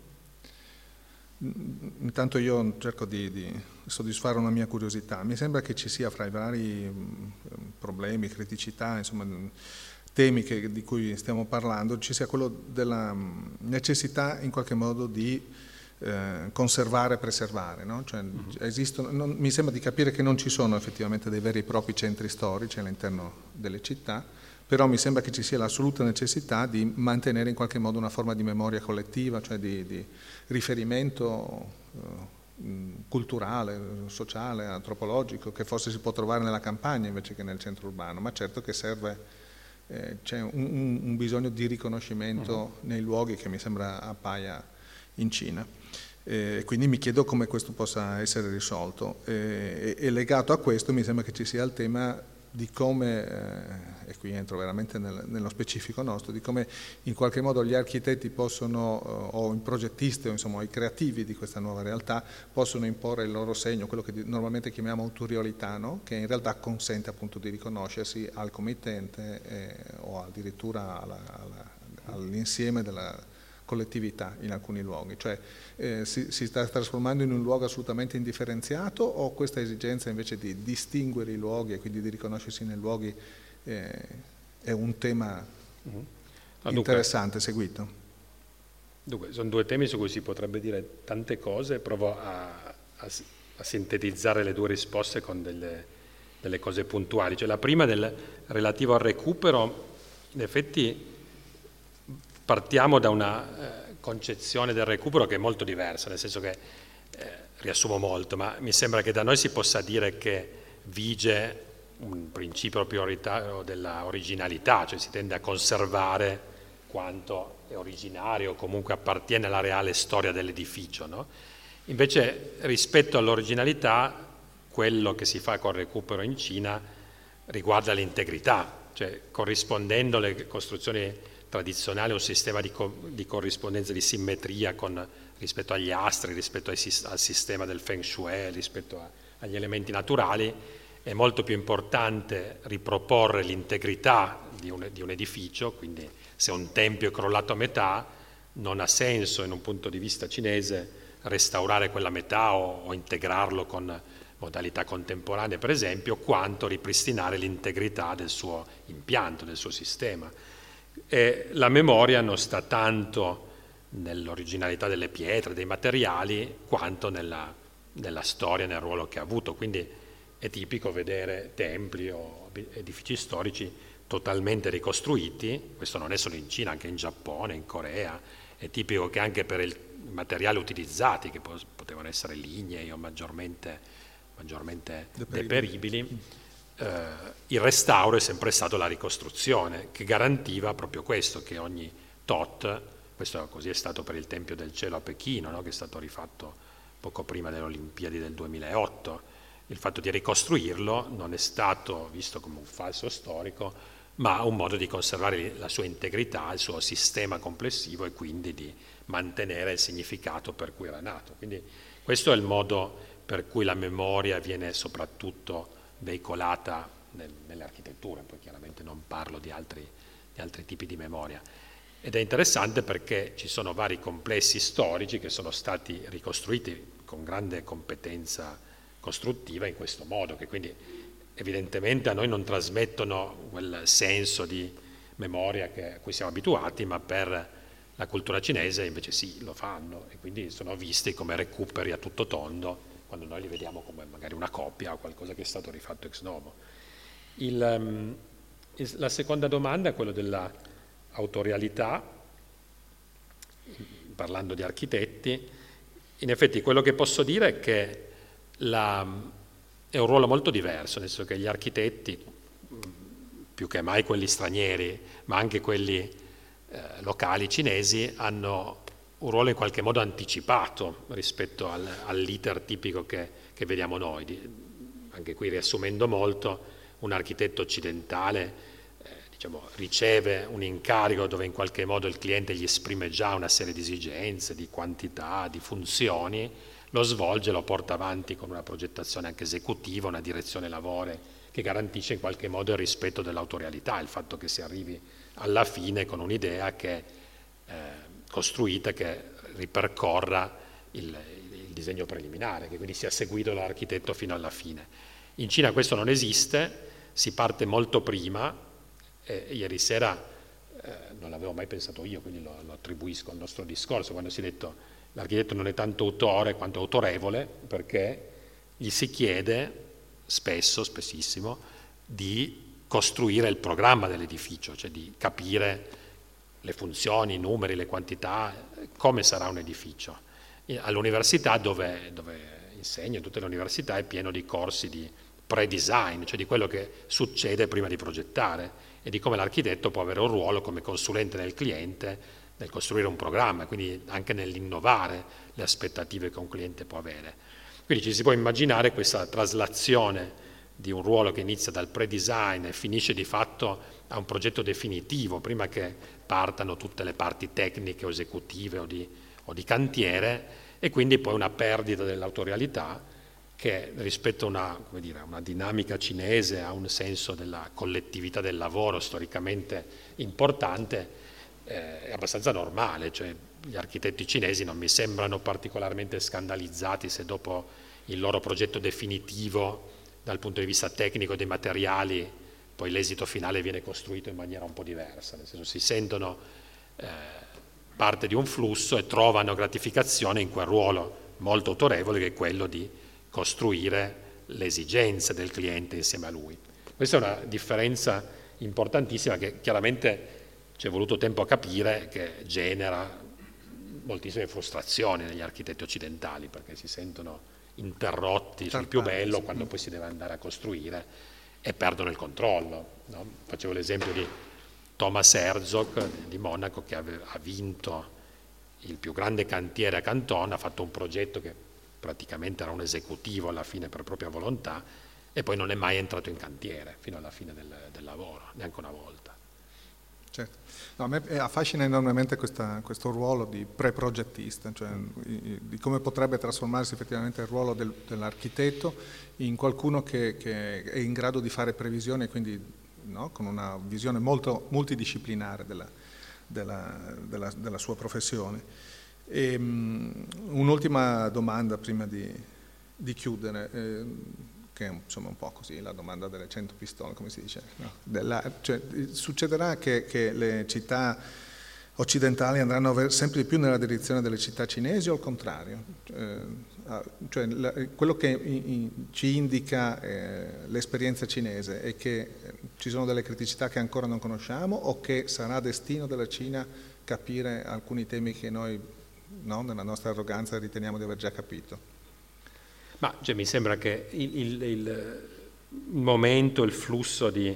Intanto io cerco di, di soddisfare una mia curiosità. Mi sembra che ci sia fra i vari problemi, criticità, insomma, temi che, di cui stiamo parlando, ci sia quello della necessità in qualche modo di eh, conservare e preservare, no? Cioè, esistono, non, mi sembra di capire che non ci sono effettivamente dei veri e propri centri storici all'interno delle città, però mi sembra che ci sia l'assoluta necessità di mantenere in qualche modo una forma di memoria collettiva, cioè di, di riferimento eh, culturale, sociale, antropologico, che forse si può trovare nella campagna invece che nel centro urbano, ma certo che serve, eh, c'è un, un, un bisogno di riconoscimento uh-huh. nei luoghi che mi sembra appaia in Cina. Eh, quindi mi chiedo come questo possa essere risolto. Eh, e, e legato a questo mi sembra che ci sia il tema di come, eh, e qui entro veramente nel, nello specifico nostro, di come in qualche modo gli architetti possono, eh, o i progettisti o insomma i creativi di questa nuova realtà possono imporre il loro segno, quello che di, normalmente chiamiamo autorialità, no? Che in realtà consente appunto di riconoscersi al committente eh, o addirittura alla, alla, all'insieme della collettività in alcuni luoghi, cioè eh, si, si sta trasformando in un luogo assolutamente indifferenziato, o questa esigenza invece di distinguere i luoghi e quindi di riconoscersi nei luoghi eh, è un tema mm-hmm. ah, interessante, dunque, seguito? Dunque, sono due temi su cui si potrebbe dire tante cose, provo a, a, a sintetizzare le due risposte con delle, delle cose puntuali. Cioè, la prima del relativo al recupero, in effetti partiamo da una eh, concezione del recupero che è molto diversa, nel senso che, eh, riassumo molto, ma mi sembra che da noi si possa dire che vige un principio prioritario della originalità, cioè si tende a conservare quanto è originario o comunque appartiene alla reale storia dell'edificio, no? Invece rispetto all'originalità, quello che si fa col recupero in Cina riguarda l'integrità, cioè corrispondendo alle costruzioni tradizionali a un sistema di, co- di corrispondenza, di simmetria con, rispetto agli astri, rispetto ai, al sistema del Feng Shui, rispetto a, agli elementi naturali, è molto più importante riproporre l'integrità di un, di un edificio, quindi se un tempio è crollato a metà non ha senso in un punto di vista cinese restaurare quella metà o, o integrarlo con modalità contemporanee per esempio, quanto ripristinare l'integrità del suo impianto, del suo sistema. E la memoria non sta tanto nell'originalità delle pietre, dei materiali, quanto nella, nella storia, nel ruolo che ha avuto, quindi è tipico vedere templi o edifici storici totalmente ricostruiti, questo non è solo in Cina, anche in Giappone, in Corea, è tipico che anche per i materiali utilizzati, che potevano essere lignei o maggiormente, maggiormente deperibili, eh, il restauro è sempre stato la ricostruzione, che garantiva proprio questo, che ogni tot, questo così è stato per il Tempio del Cielo a Pechino, no? Che è stato rifatto poco prima delle Olimpiadi del duemilaotto, il fatto di ricostruirlo non è stato visto come un falso storico, ma un modo di conservare la sua integrità, il suo sistema complessivo e quindi di mantenere il significato per cui era nato. Quindi questo è il modo per cui la memoria viene soprattutto veicolata nel, nelle architetture, poi chiaramente non parlo di altri, di altri tipi di memoria. Ed è interessante perché ci sono vari complessi storici che sono stati ricostruiti con grande competenza costruttiva in questo modo, che quindi evidentemente a noi non trasmettono quel senso di memoria che, a cui siamo abituati, ma per la cultura cinese invece sì, lo fanno, e quindi sono visti come recuperi a tutto tondo, quando noi li vediamo come magari una copia o qualcosa che è stato rifatto ex novo. Il, um, il, la seconda domanda è quella della autorialità, parlando di architetti. In effetti quello che posso dire è che la, è un ruolo molto diverso, nel senso che gli architetti, più che mai quelli stranieri, ma anche quelli eh, locali cinesi, hanno un ruolo in qualche modo anticipato rispetto al, all'iter tipico che, che vediamo noi. Di, anche qui riassumendo molto, un architetto occidentale eh, diciamo, riceve un incarico dove in qualche modo il cliente gli esprime già una serie di esigenze, di quantità, di funzioni, lo svolge, lo porta avanti con una progettazione anche esecutiva, una direzione lavori che garantisce in qualche modo il rispetto dell'autorialità, il fatto che si arrivi alla fine con un'idea che è eh, costruita, che ripercorra il, il disegno preliminare, che quindi sia seguito dall'architetto fino alla fine. In Cina questo non esiste, si parte molto prima, e ieri sera eh, non l'avevo mai pensato io, quindi lo, lo attribuisco al nostro discorso, quando si è detto l'architetto non è tanto autore quanto autorevole, perché gli si chiede spesso, spessissimo, di costruire il programma dell'edificio, cioè di capire le funzioni, i numeri, le quantità, come sarà un edificio. All'università dove, dove insegno, in tutte le università, è pieno di corsi di pre-design, cioè di quello che succede prima di progettare e di come l'architetto può avere un ruolo come consulente del cliente nel costruire un programma, quindi anche nell'innovare le aspettative che un cliente può avere. Quindi ci si può immaginare questa traslazione di un ruolo che inizia dal pre-design e finisce di fatto a un progetto definitivo, prima che partano tutte le parti tecniche o esecutive o di, o di cantiere, e quindi poi una perdita dell'autorialità che rispetto a una, come dire, una dinamica cinese, a un senso della collettività del lavoro storicamente importante, eh, è abbastanza normale, cioè gli architetti cinesi non mi sembrano particolarmente scandalizzati se dopo il loro progetto definitivo dal punto di vista tecnico dei materiali poi l'esito finale viene costruito in maniera un po' diversa, nel senso si sentono eh, parte di un flusso e trovano gratificazione in quel ruolo molto autorevole che è quello di costruire le esigenze del cliente insieme a lui. Questa è una differenza importantissima che chiaramente ci è voluto tempo a capire, che genera moltissime frustrazioni negli architetti occidentali, perché si sentono interrotti sul più bello quando poi si deve andare a costruire e perdono il controllo, no? Facevo l'esempio di Thomas Herzog di Monaco, che ha vinto il più grande cantiere a Canton, ha fatto un progetto che praticamente era un esecutivo alla fine per propria volontà e poi non è mai entrato in cantiere fino alla fine del, del lavoro, neanche una volta. Certo. No, a me affascina enormemente questa, questo ruolo di pre-progettista, cioè di come potrebbe trasformarsi effettivamente il ruolo del, dell'architetto in qualcuno che, che è in grado di fare previsioni e quindi, no, con una visione molto multidisciplinare della, della, della, della sua professione. E, um, un'ultima domanda prima di, di chiudere. Eh, che è insomma un po' così, la domanda delle cento pistole, come si dice. No, della, cioè, succederà che, che le città occidentali andranno sempre di più nella direzione delle città cinesi o al contrario? Eh, cioè, la, quello che in, ci indica eh, l'esperienza cinese è che ci sono delle criticità che ancora non conosciamo o che sarà destino della Cina capire alcuni temi che noi, no, nella nostra arroganza riteniamo di aver già capito? Ma cioè, mi sembra che il, il, il momento, il flusso di,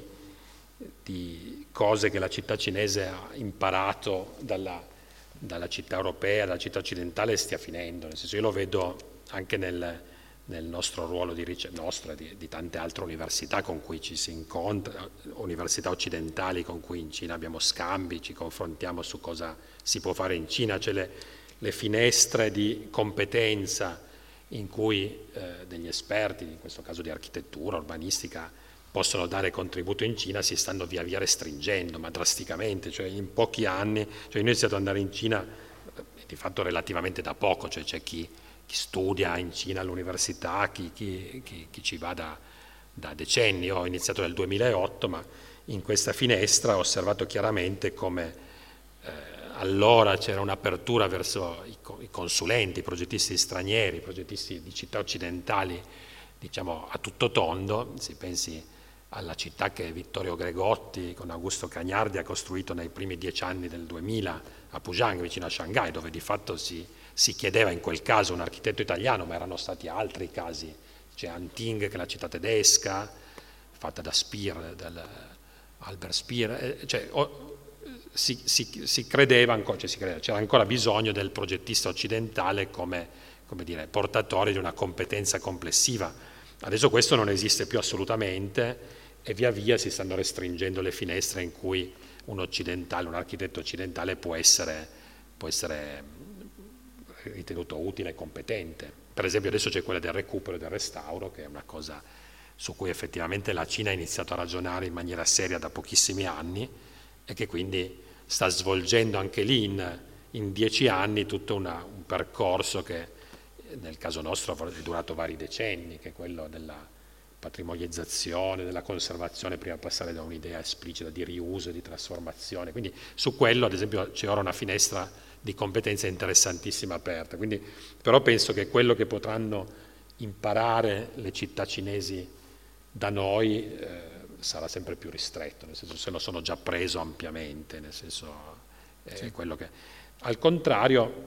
di cose che la città cinese ha imparato dalla, dalla città europea, dalla città occidentale stia finendo. Nel senso, io lo vedo anche nel, nel nostro ruolo di ricerca, nostra, di, di tante altre università con cui ci si incontra, università occidentali con cui in Cina abbiamo scambi, ci confrontiamo su cosa si può fare in Cina, cioè le, le finestre di competenza in cui eh, degli esperti, in questo caso di architettura, urbanistica, possono dare contributo in Cina, si stanno via via restringendo, ma drasticamente, cioè in pochi anni, cioè io ho iniziato ad andare in Cina eh, di fatto relativamente da poco, cioè c'è chi, chi studia in Cina all'università, chi, chi, chi, chi ci va da, da decenni. Io ho iniziato nel duemilaotto, ma in questa finestra ho osservato chiaramente come eh, allora c'era un'apertura verso i, i consulenti, i progettisti stranieri, i progettisti di città occidentali, diciamo a tutto tondo. Si pensi alla città che Vittorio Gregotti con Augusto Cagnardi ha costruito nei primi dieci anni del duemila a Pujang, vicino a Shanghai, dove di fatto si, si chiedeva in quel caso un architetto italiano, ma erano stati altri casi. C'è Anting, che è la città tedesca, fatta da Speer, da Albert Speer, cioè, o, Si, si, si credeva ancora, cioè si credeva, c'era ancora bisogno del progettista occidentale come, come dire, portatore di una competenza complessiva. Adesso questo non esiste più assolutamente e via via si stanno restringendo le finestre in cui un occidentale, un architetto occidentale può essere, può essere ritenuto utile e competente. Per esempio adesso c'è quella del recupero e del restauro, che è una cosa su cui effettivamente la Cina ha iniziato a ragionare in maniera seria da pochissimi anni e che quindi sta svolgendo anche lì in, in dieci anni tutto una, un percorso che nel caso nostro è durato vari decenni, che è quello della patrimonializzazione, della conservazione, prima di passare da un'idea esplicita di riuso e di trasformazione. Quindi su quello, ad esempio, c'è ora una finestra di competenza interessantissima aperta. Quindi, però penso che quello che potranno imparare le città cinesi da noi eh, sarà sempre più ristretto, nel senso se lo sono già preso ampiamente, nel senso è sì. quello che... Al contrario,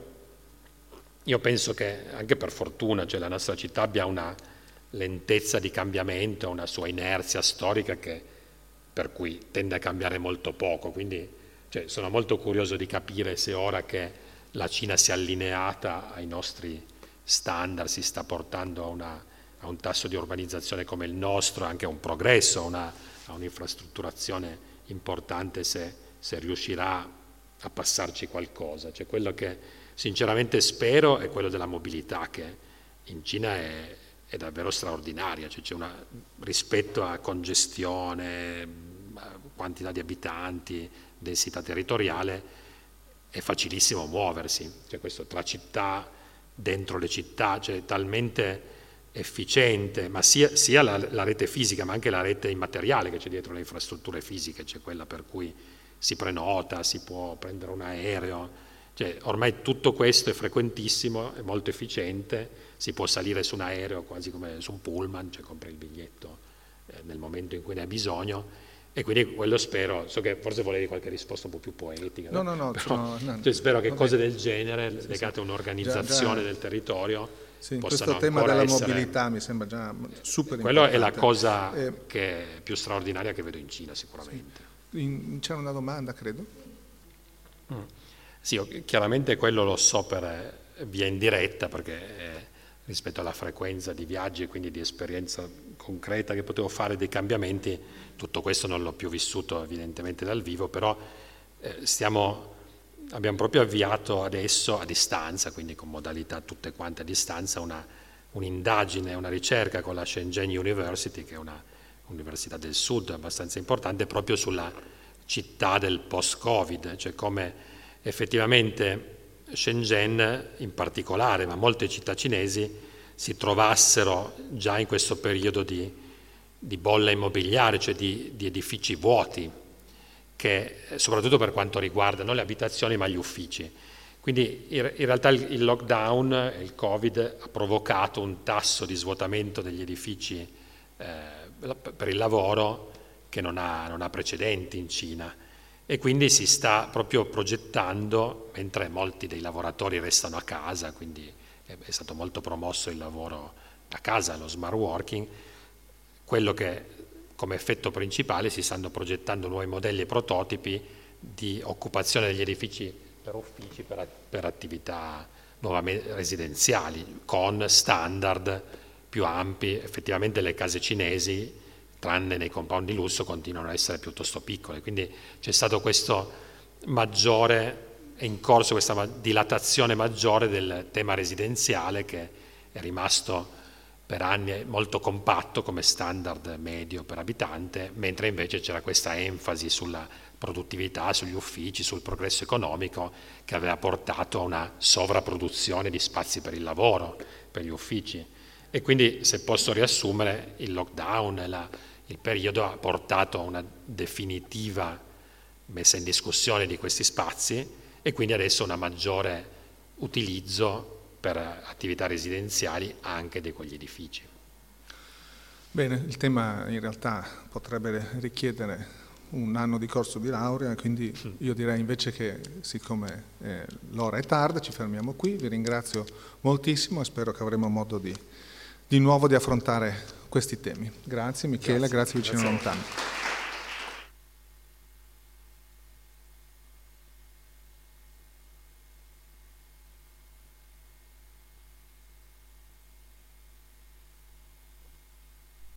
io penso che anche per fortuna, cioè la nostra città abbia una lentezza di cambiamento, una sua inerzia storica che, per cui tende a cambiare molto poco, quindi cioè, sono molto curioso di capire se ora che la Cina si è allineata ai nostri standard, si sta portando a una a un tasso di urbanizzazione come il nostro, anche a un progresso, a, una, a un'infrastrutturazione importante, se, se riuscirà a passarci qualcosa. Cioè quello che sinceramente spero è quello della mobilità, che in Cina è, è davvero straordinaria, cioè c'è una, rispetto a congestione, a quantità di abitanti, densità territoriale, è facilissimo muoversi, cioè questo tra città, dentro le città, cioè talmente efficiente, ma sia, sia la, la rete fisica ma anche la rete immateriale che c'è dietro le infrastrutture fisiche, c'è quella per cui si prenota, si può prendere un aereo, cioè ormai tutto questo è frequentissimo, è molto efficiente, si può salire su un aereo quasi come su un pullman, cioè compri il biglietto eh, nel momento in cui ne hai bisogno, e quindi quello spero, so che forse volevi qualche risposta un po' più poetica, no, no, no, però, no, no, cioè, spero che vabbè. cose del genere sì, legate sì. a un'organizzazione già, già, del territorio sì, possano questo tema ancora della essere, mobilità mi sembra già super quello importante. è la cosa eh, che è più straordinaria che vedo in Cina sicuramente. Sì. In, c'era una domanda, credo. Mm. Sì, chiaramente quello lo so per via indiretta, perché eh, rispetto alla frequenza di viaggi e quindi di esperienza concreta che potevo fare dei cambiamenti, tutto questo non l'ho più vissuto evidentemente dal vivo, però eh, stiamo, abbiamo proprio avviato adesso a distanza, quindi con modalità tutte quante a distanza, una, un'indagine, una ricerca con la Shenzhen University, che è una università del sud abbastanza importante, proprio sulla città del post-Covid, cioè come effettivamente Shenzhen in particolare, ma molte città cinesi si trovassero già in questo periodo di, di bolla immobiliare, cioè di, di edifici vuoti, che soprattutto per quanto riguarda non le abitazioni ma gli uffici. Quindi in, in realtà il, il lockdown, il Covid, ha provocato un tasso di svuotamento degli edifici eh, per il lavoro che non ha, non ha precedenti in Cina. E quindi si sta proprio progettando, mentre molti dei lavoratori restano a casa, quindi è stato molto promosso il lavoro a casa, lo smart working, quello che come effetto principale si stanno progettando nuovi modelli e prototipi di occupazione degli edifici per uffici, per, per attività nuovamente residenziali, con standard più ampi. Effettivamente le case cinesi, tranne nei compound di lusso, continuano a essere piuttosto piccole, quindi c'è stato questo maggiore, è in corso questa dilatazione maggiore del tema residenziale, che è rimasto per anni molto compatto come standard medio per abitante, mentre invece c'era questa enfasi sulla produttività, sugli uffici, sul progresso economico, che aveva portato a una sovrapproduzione di spazi per il lavoro, per gli uffici. E quindi, se posso riassumere, il lockdown, la, il periodo ha portato a una definitiva messa in discussione di questi spazi e quindi adesso una maggiore utilizzo per attività residenziali anche di quegli edifici. Bene, il tema in realtà potrebbe richiedere un anno di corso di laurea, quindi io direi invece che, siccome eh, l'ora è tarda, ci fermiamo qui. Vi ringrazio moltissimo e spero che avremo modo di, di nuovo di affrontare questi temi. Grazie Michele, grazie, grazie Vicino Lontano.